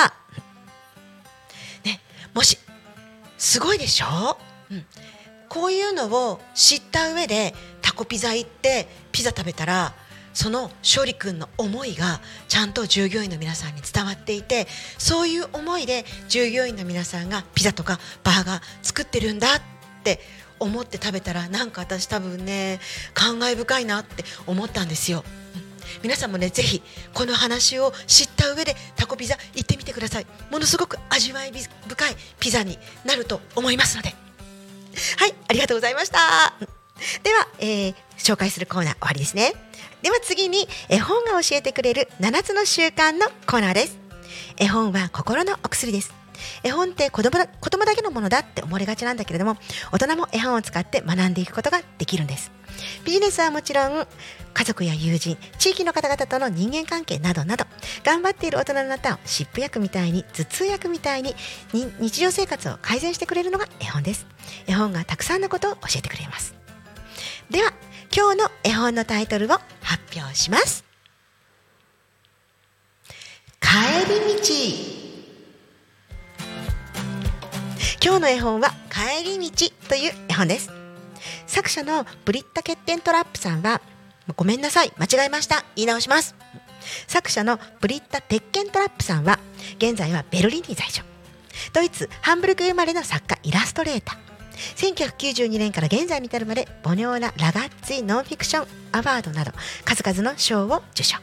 ね、もしすごいでしょ、うん、こういうのを知った上でタコピザ行ってピザ食べたら、その勝利君の思いがちゃんと従業員の皆さんに伝わっていて、そういう思いで従業員の皆さんがピザとかバーガー作ってるんだって思って食べたら、なんか私多分ね感慨深いなって思ったんですよ。皆さんもねぜひこの話を知った上でタコピザ行ってみてください。ものすごく味わい深いピザになると思いますので。はい、ありがとうございました。では、えー、紹介するコーナー終わりですね。では次に絵本が教えてくれるななつの習慣のコーナーです。絵本は心のお薬です。絵本って子供だ、子供だけのものだって思われがちなんだけれども、大人も絵本を使って学んでいくことができるんです。ビジネスはもちろん家族や友人、地域の方々との人間関係などなど、頑張っている大人のあなたを湿布薬みたいに頭痛薬みたいに日常生活を改善してくれるのが絵本です。絵本がたくさんのことを教えてくれます。では今日の絵本のタイトルを発表します。帰り道。今日の絵本は帰り道という絵本です。作者のブリッタ・ケッテントラップさんは、ごめんなさい間違えました、言い直します。作者のブリッタ・テッケントラップさんは現在はベルリンに在所、ドイツハンブルク生まれの作家イラストレーター。せんきゅうひゃくきゅうじゅうにねんから現在に至るまでボニョーナ・ラガッツィ・ノンフィクションアワードなど数々の賞を受賞。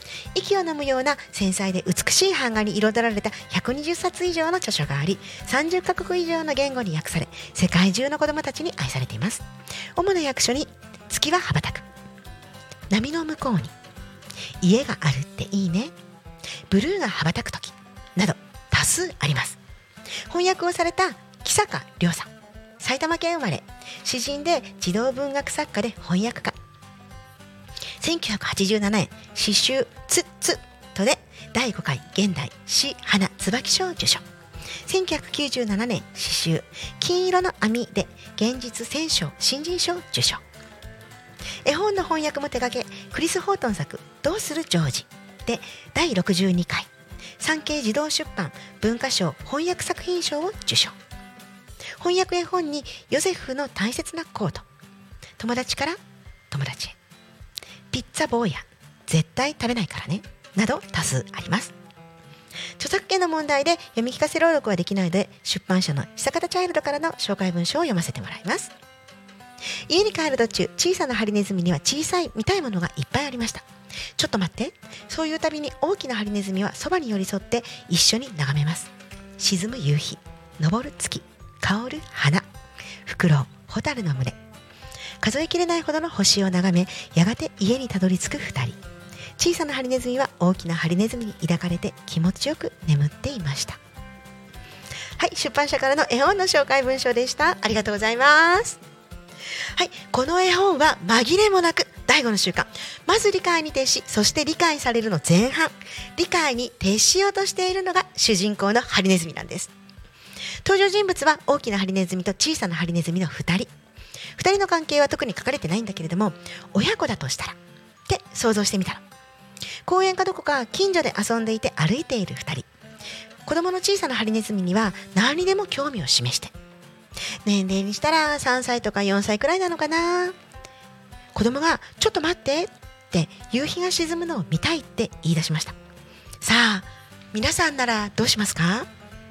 息を飲むような繊細で美しい版画に彩られたひゃくにじゅっさつ以上の著書があり、さんじゅっカ国以上の言語に訳され、世界中の子どもたちに愛されています。主な訳書に月は羽ばたく、波の向こうに、家があるっていいね、ブルーが羽ばたくときなど多数あります。翻訳をされた木坂亮さん、埼玉県生まれ、詩人で児童文学作家で翻訳家。せんきゅうひゃくはちじゅうななねん詩集つっつとでだいごかい現代詩花椿賞を受賞。せんきゅうひゃくきゅうじゅうななねん詩集金色の網で現実選奨新人賞を受賞。絵本の翻訳も手掛け、クリス・ホートン作どうするジョージでだいろくじゅうにかい産経児童出版文化賞翻訳作品賞を受賞。翻訳絵本にヨセフの大切なコート、友達から友達へ、ピッツァ坊や絶対食べないからねなど多数あります。著作権の問題で読み聞かせ朗読はできないので、出版社の久方チャイルドからの紹介文書を読ませてもらいます。家に帰る途中、小さなハリネズミには小さい見たいものがいっぱいありました。ちょっと待って、そういうたびに大きなハリネズミはそばに寄り添って一緒に眺めます。沈む夕日、昇る月、香る花、フクロウ、ホタルの群れ、数えきれないほどの星を眺め、やがて家にたどり着くふたり。小さなハリネズミは大きなハリネズミに抱かれて気持ちよく眠っていました。はい、出版社からの絵本の紹介文章でした。ありがとうございます。はい、この絵本は紛れもなく第五の習慣、まず理解に徹し、そして理解されるの前半、理解に徹しようとしているのが主人公のハリネズミなんです。登場人物は大きなハリネズミと小さなハリネズミのふたり。ふたりの関係は特に書かれてないんだけれども、親子だとしたらって想像してみたら、公園かどこか近所で遊んでいて歩いているふたり。子供の小さなハリネズミには何にでも興味を示して、年齢にしたらさんさいとかよんさいくらいなのかな。子供がちょっと待ってって夕日が沈むのを見たいって言い出しました。さあ皆さんならどうしますか？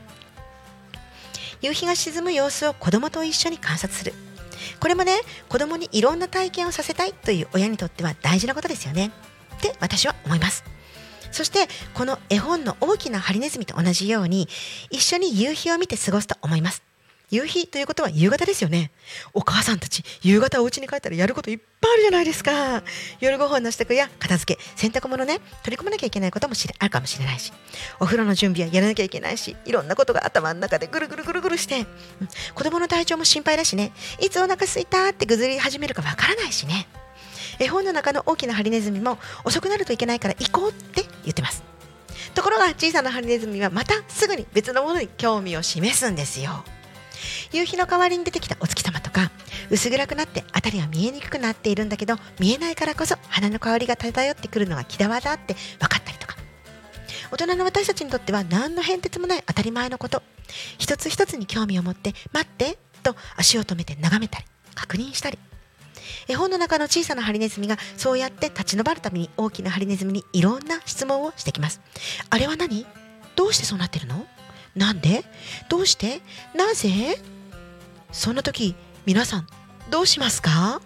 夕日が沈む様子を子供と一緒に観察する。これもね、子供にいろんな体験をさせたいという親にとっては大事なことですよねって私は思います。そしてこの絵本の大きなハリネズミと同じように、一緒に夕日を見て過ごすと思います。夕日ということは夕方ですよね。お母さんたち夕方お家に帰ったらやることいっぱいあるじゃないですか。夜ご飯の支度や片付け、洗濯物ね、取り込まなきゃいけないこともしれあるかもしれないし、お風呂の準備はやらなきゃいけないし、いろんなことが頭の中でぐるぐるぐるぐるして、うん、子供の体調も心配だしね、いつお腹すいたってぐずり始めるかわからないしね。絵本の中の大きなハリネズミも遅くなるといけないから行こうって言ってます。ところが小さなハリネズミはまたすぐに別のものに興味を示すんですよ。夕日の代わりに出てきたお月様とか、薄暗くなって辺りは見えにくくなっているんだけど、見えないからこそ花の香りが漂ってくるのが気だだって分かったりとか、大人の私たちにとっては何の変哲もない当たり前のこと、一つ一つに興味を持って待ってと足を止めて眺めたり確認したり、絵本の中の小さなハリネズミがそうやって立ち上るたびに大きなハリネズミにいろんな質問をしてきます。あれは何？どうしてそうなってるの？なんで？どうして？なぜ？そんな時皆さんどうしますか？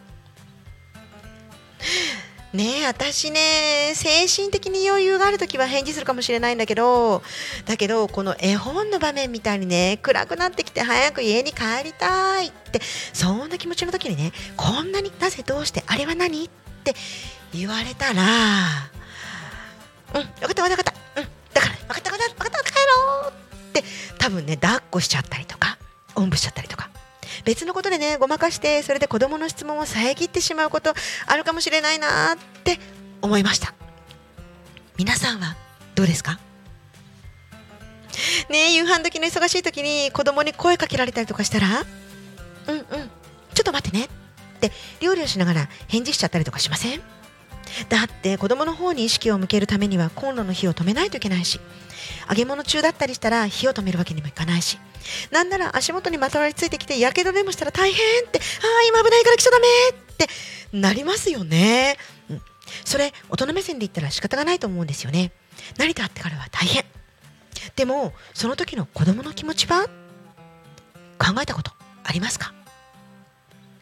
ねえ、私ね、精神的に余裕がある時は返事するかもしれないんだけど、だけどこの絵本の場面みたいにね、暗くなってきて早く家に帰りたいってそんな気持ちの時にね、こんなになぜどうしてあれは何って言われたら、うん、分かった分かった、うん、だから分かった分かった分かった帰ろうって多分ね、抱っこしちゃったりとかおんぶしちゃったりとか、別のことでねごまかして、それで子供の質問を遮ってしまうことあるかもしれないなって思いました。皆さんはどうですかね。夕飯時の忙しい時に子供に声かけられたりとかしたら、うんうんちょっと待ってねって料理をしながら返事しちゃったりとかしません？だって子供の方に意識を向けるためにはコンロの火を止めないといけないし、揚げ物中だったりしたら火を止めるわけにもいかないし、なんなら足元にまとわりついてきてやけどでもしたら大変って、ああ今危ないから来ちゃダメってなりますよね、うん、それ大人目線で言ったら仕方がないと思うんですよね。何かあってからは大変。でもその時の子供の気持ちは考えたことありますか？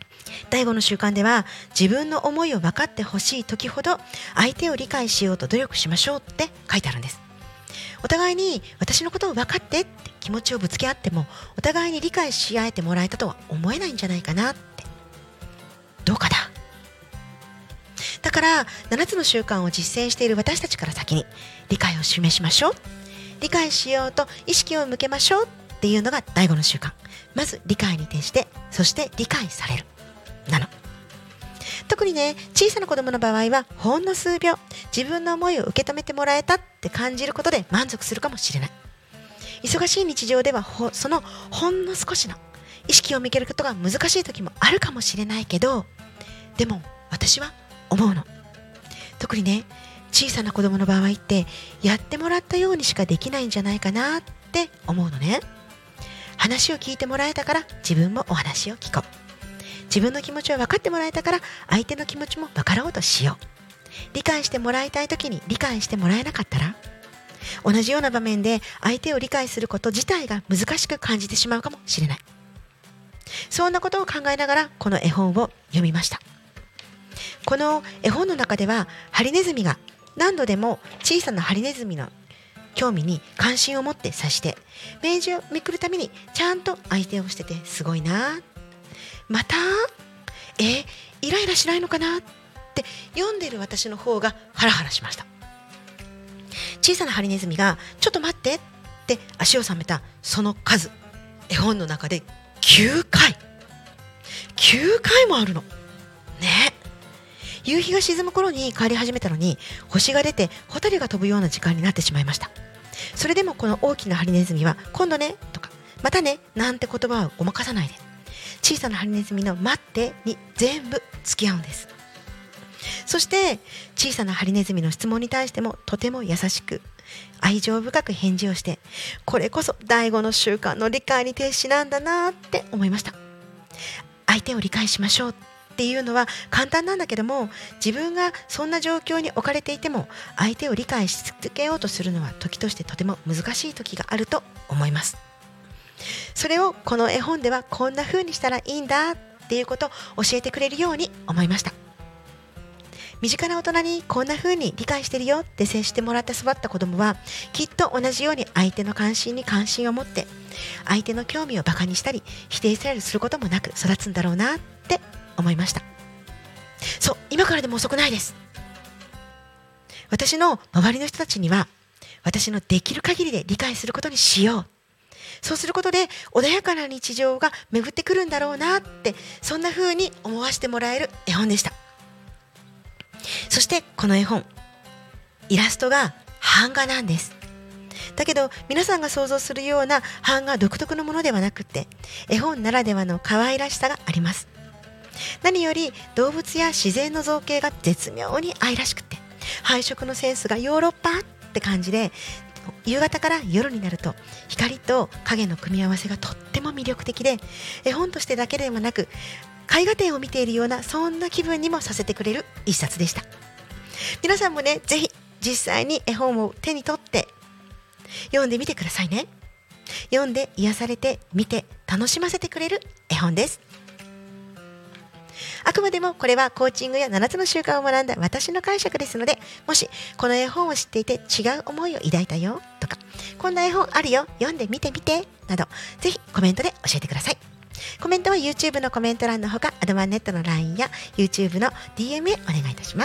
第五の習慣では、自分の思いを分かってほしい時ほど相手を理解しようと努力しましょうって書いてあるんです。お互いに私のことを分かってって気持ちをぶつけ合っても、お互いに理解し合えてもらえたとは思えないんじゃないかなって。どうかな。だからななつの習慣を実践している私たちから先に理解を示しましょう、理解しようと意識を向けましょうっていうのが第五の習慣。まず理解に徹して、そして理解されるなの。特にね、小さな子供の場合はほんの数秒自分の思いを受け止めてもらえたって感じることで満足するかもしれない。忙しい日常ではほそのほんの少しの意識を向けることが難しい時もあるかもしれないけど、でも私は思うの。特にね、小さな子供の場合ってやってもらったようにしかできないんじゃないかなって思うのね。話を聞いてもらえたから自分もお話を聞こう。自分の気持ちを分かってもらえたから相手の気持ちも分かろうとしよう。理解してもらいたい時に理解してもらえなかったら、同じような場面で相手を理解すること自体が難しく感じてしまうかもしれない。そんなことを考えながらこの絵本を読みました。この絵本の中ではハリネズミが何度でも小さなハリネズミの興味に関心を持って察して、ページをめくるたびにちゃんと相手をしててすごいな、またえイライラしないのかなって読んでる私の方がハラハラしました。小さなハリネズミがちょっと待ってって足を染めたその数、絵本の中できゅうかいきゅうかいもあるのね。夕日が沈む頃に帰り始めたのに、星が出てホタルが飛ぶような時間になってしまいました。それでもこの大きなハリネズミは今度ねとかまたねなんて言葉をごまかさないで、小さなハリネズミの待ってに全部付き合うんです。そして小さなハリネズミの質問に対してもとても優しく愛情深く返事をして、これこそ第五の習慣の理解に徹しなんだなって思いました。相手を理解しましょうっていうのは簡単なんだけども、自分がそんな状況に置かれていても相手を理解し続けようとするのは時としてとても難しい時があると思います。それをこの絵本ではこんな風にしたらいいんだっていうことを教えてくれるように思いました。身近な大人にこんな風に理解してるよって接してもらって育った子供は、きっと同じように相手の関心に関心を持って、相手の興味をバカにしたり否定したりすることもなく育つんだろうなって思いました。そう、今からでも遅くないです。私の周りの人たちには私のできる限りで理解することにしよう。そうすることで穏やかな日常が巡ってくるんだろうなって、そんな風に思わせてもらえる絵本でした。そしてこの絵本、イラストが版画なんです。だけど皆さんが想像するような版画独特のものではなくて、絵本ならではの可愛らしさがあります。何より動物や自然の造形が絶妙に愛らしくて、配色のセンスがヨーロッパって感じで、夕方から夜になると光と影の組み合わせがとっても魅力的で、絵本としてだけではなく絵画展を見ているようなそんな気分にもさせてくれる一冊でした。皆さんもね、ぜひ実際に絵本を手に取って読んでみてくださいね。読んで癒されて見て楽しませてくれる絵本です。あくまでもこれはコーチングやななつの習慣を学んだ私の解釈ですので、もしこの絵本を知っていて違う思いを抱いたよとか、こんな絵本あるよ読んでみてみてなど、ぜひコメントで教えてください。コメントは YouTube のコメント欄のほか、アドマンネットの ライン や YouTube の ディーエム へお願いいたします。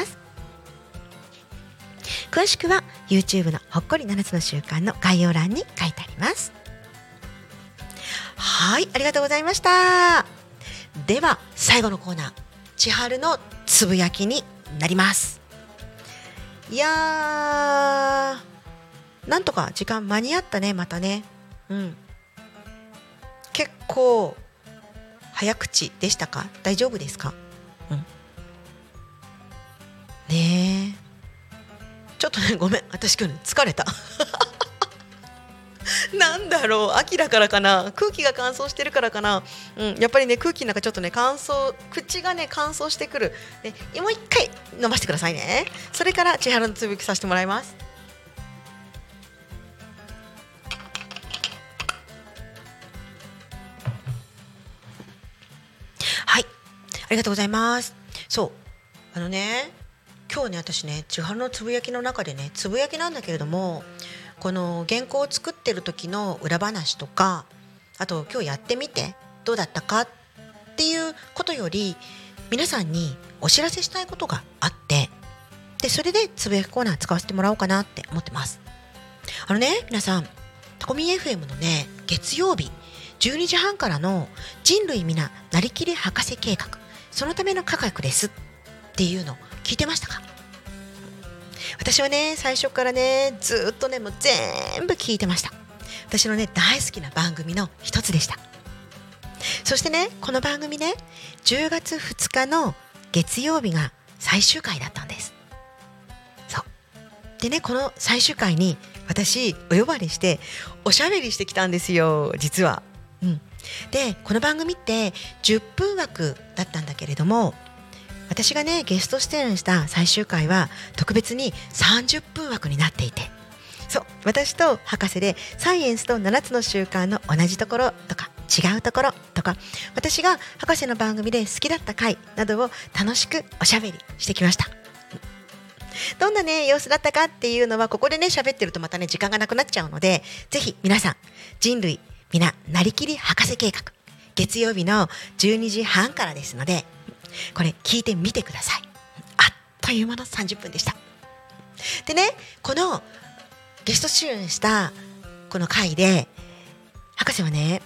詳しくは YouTube のほっこりななつの習慣の概要欄に書いてあります。はい、ありがとうございました。では最後のコーナー、千春のつぶやきになります。いやー、なんとか時間間に合ったね。またね、うん、結構早口でしたか？大丈夫ですか？うん、ねえ、ちょっとね、ごめん、私今日ね疲れたなんだろう、秋だからかな、空気が乾燥してるからかな、うん、やっぱりね、空気の中ちょっとね乾燥、口がね乾燥してくる、ね、もう一回伸ばしてくださいね。それから千春のつぶやきさせてもらいます。はい、 ありがとうございます。そうあのね今日ね私ね千春のつぶやきの中でねつぶやきなんだけれどもこの原稿を作ってる時の裏話とかあと今日やってみてどうだったかっていうことより皆さんにお知らせしたいことがあってでそれでつぶやきコーナー使わせてもらおうかなって思ってます。あのね皆さんタコミン エフエム のね月曜日じゅうにじはんからの人類皆なりきり博士計画そのための科学ですっていうの聞いてましたか？私はね最初からねずっとねもう全部聞いてました。私のね大好きな番組の一つでした。そしてねこの番組ねじゅうがつふつかの月曜日が最終回だったんです。そうでねこの最終回に私お呼ばれしておしゃべりしてきたんですよ実は、うん、でこの番組ってじゅっぷん枠だったんだけれども私がねゲスト出演した最終回は特別にさんじゅっぷん枠になっていてそう私と博士でサイエンスとななつの習慣の同じところとか違うところとか私が博士の番組で好きだった回などを楽しくおしゃべりしてきました。どんなね様子だったかっていうのはここでね喋ってるとまたね時間がなくなっちゃうのでぜひ皆さん人類皆なりきり博士計画月曜日のじゅうにじはんからですのでこれ聞いてみてください。あっという間のさんじゅっぷんでした。でねこのゲスト出演したこの回で博士はね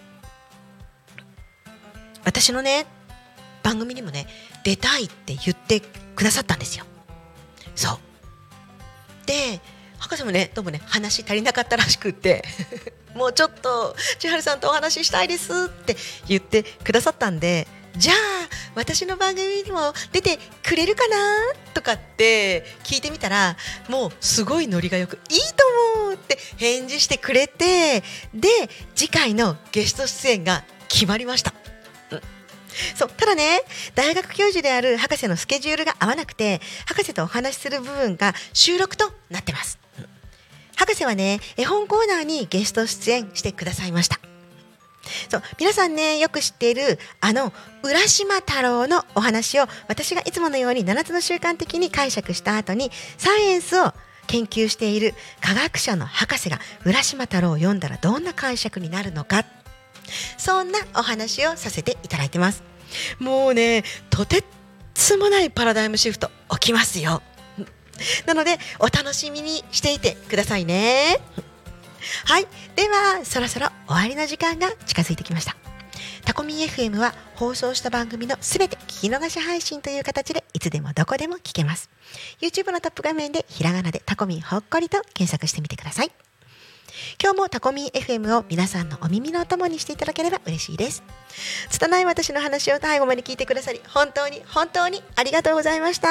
私のね番組にもね出たいって言ってくださったんですよ。そうで博士もねどうもね話足りなかったらしくってもうちょっと千春さんとお話ししたいですって言ってくださったんでじゃあ私の番組にも出てくれるかなとかって聞いてみたらもうすごいノリがよくいいと思うって返事してくれてで次回のゲスト出演が決まりました。そうただね大学教授である博士のスケジュールが合わなくて博士とお話しする部分が収録となってます。博士はね絵本コーナーにゲスト出演してくださいました。そう皆さんねよく知っているあの浦島太郎のお話を私がいつものようにななつの習慣的に解釈した後にサイエンスを研究している科学者の博士が浦島太郎を読んだらどんな解釈になるのかそんなお話をさせていただいてます。もうねとてつもないパラダイムシフト起きますよ。なのでお楽しみにしていてくださいね。はいではそろそろ終わりの時間が近づいてきました。タコミン エフエム は放送した番組のすべて聞き逃し配信という形でいつでもどこでも聞けます。 YouTube のトップ画面でひらがなでタコミンほっこりと検索してみてください。今日もタコミン エフエム を皆さんのお耳のお供にしていただければ嬉しいです。拙い私の話を最後まで聞いてくださり本当に本当にありがとうございました。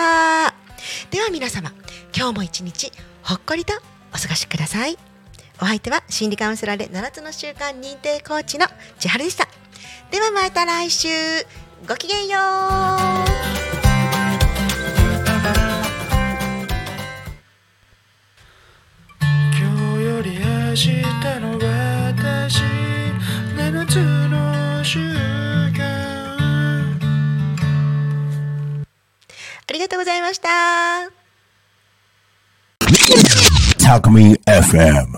では皆様今日も一日ほっこりとお過ごしください。お相手は心理カウンセラーでななつの習慣認定コーチの千春でした。ではまた来週ごきげんよう。 明日の私ななつの習慣ありがとうございました。 Talk Me エフエム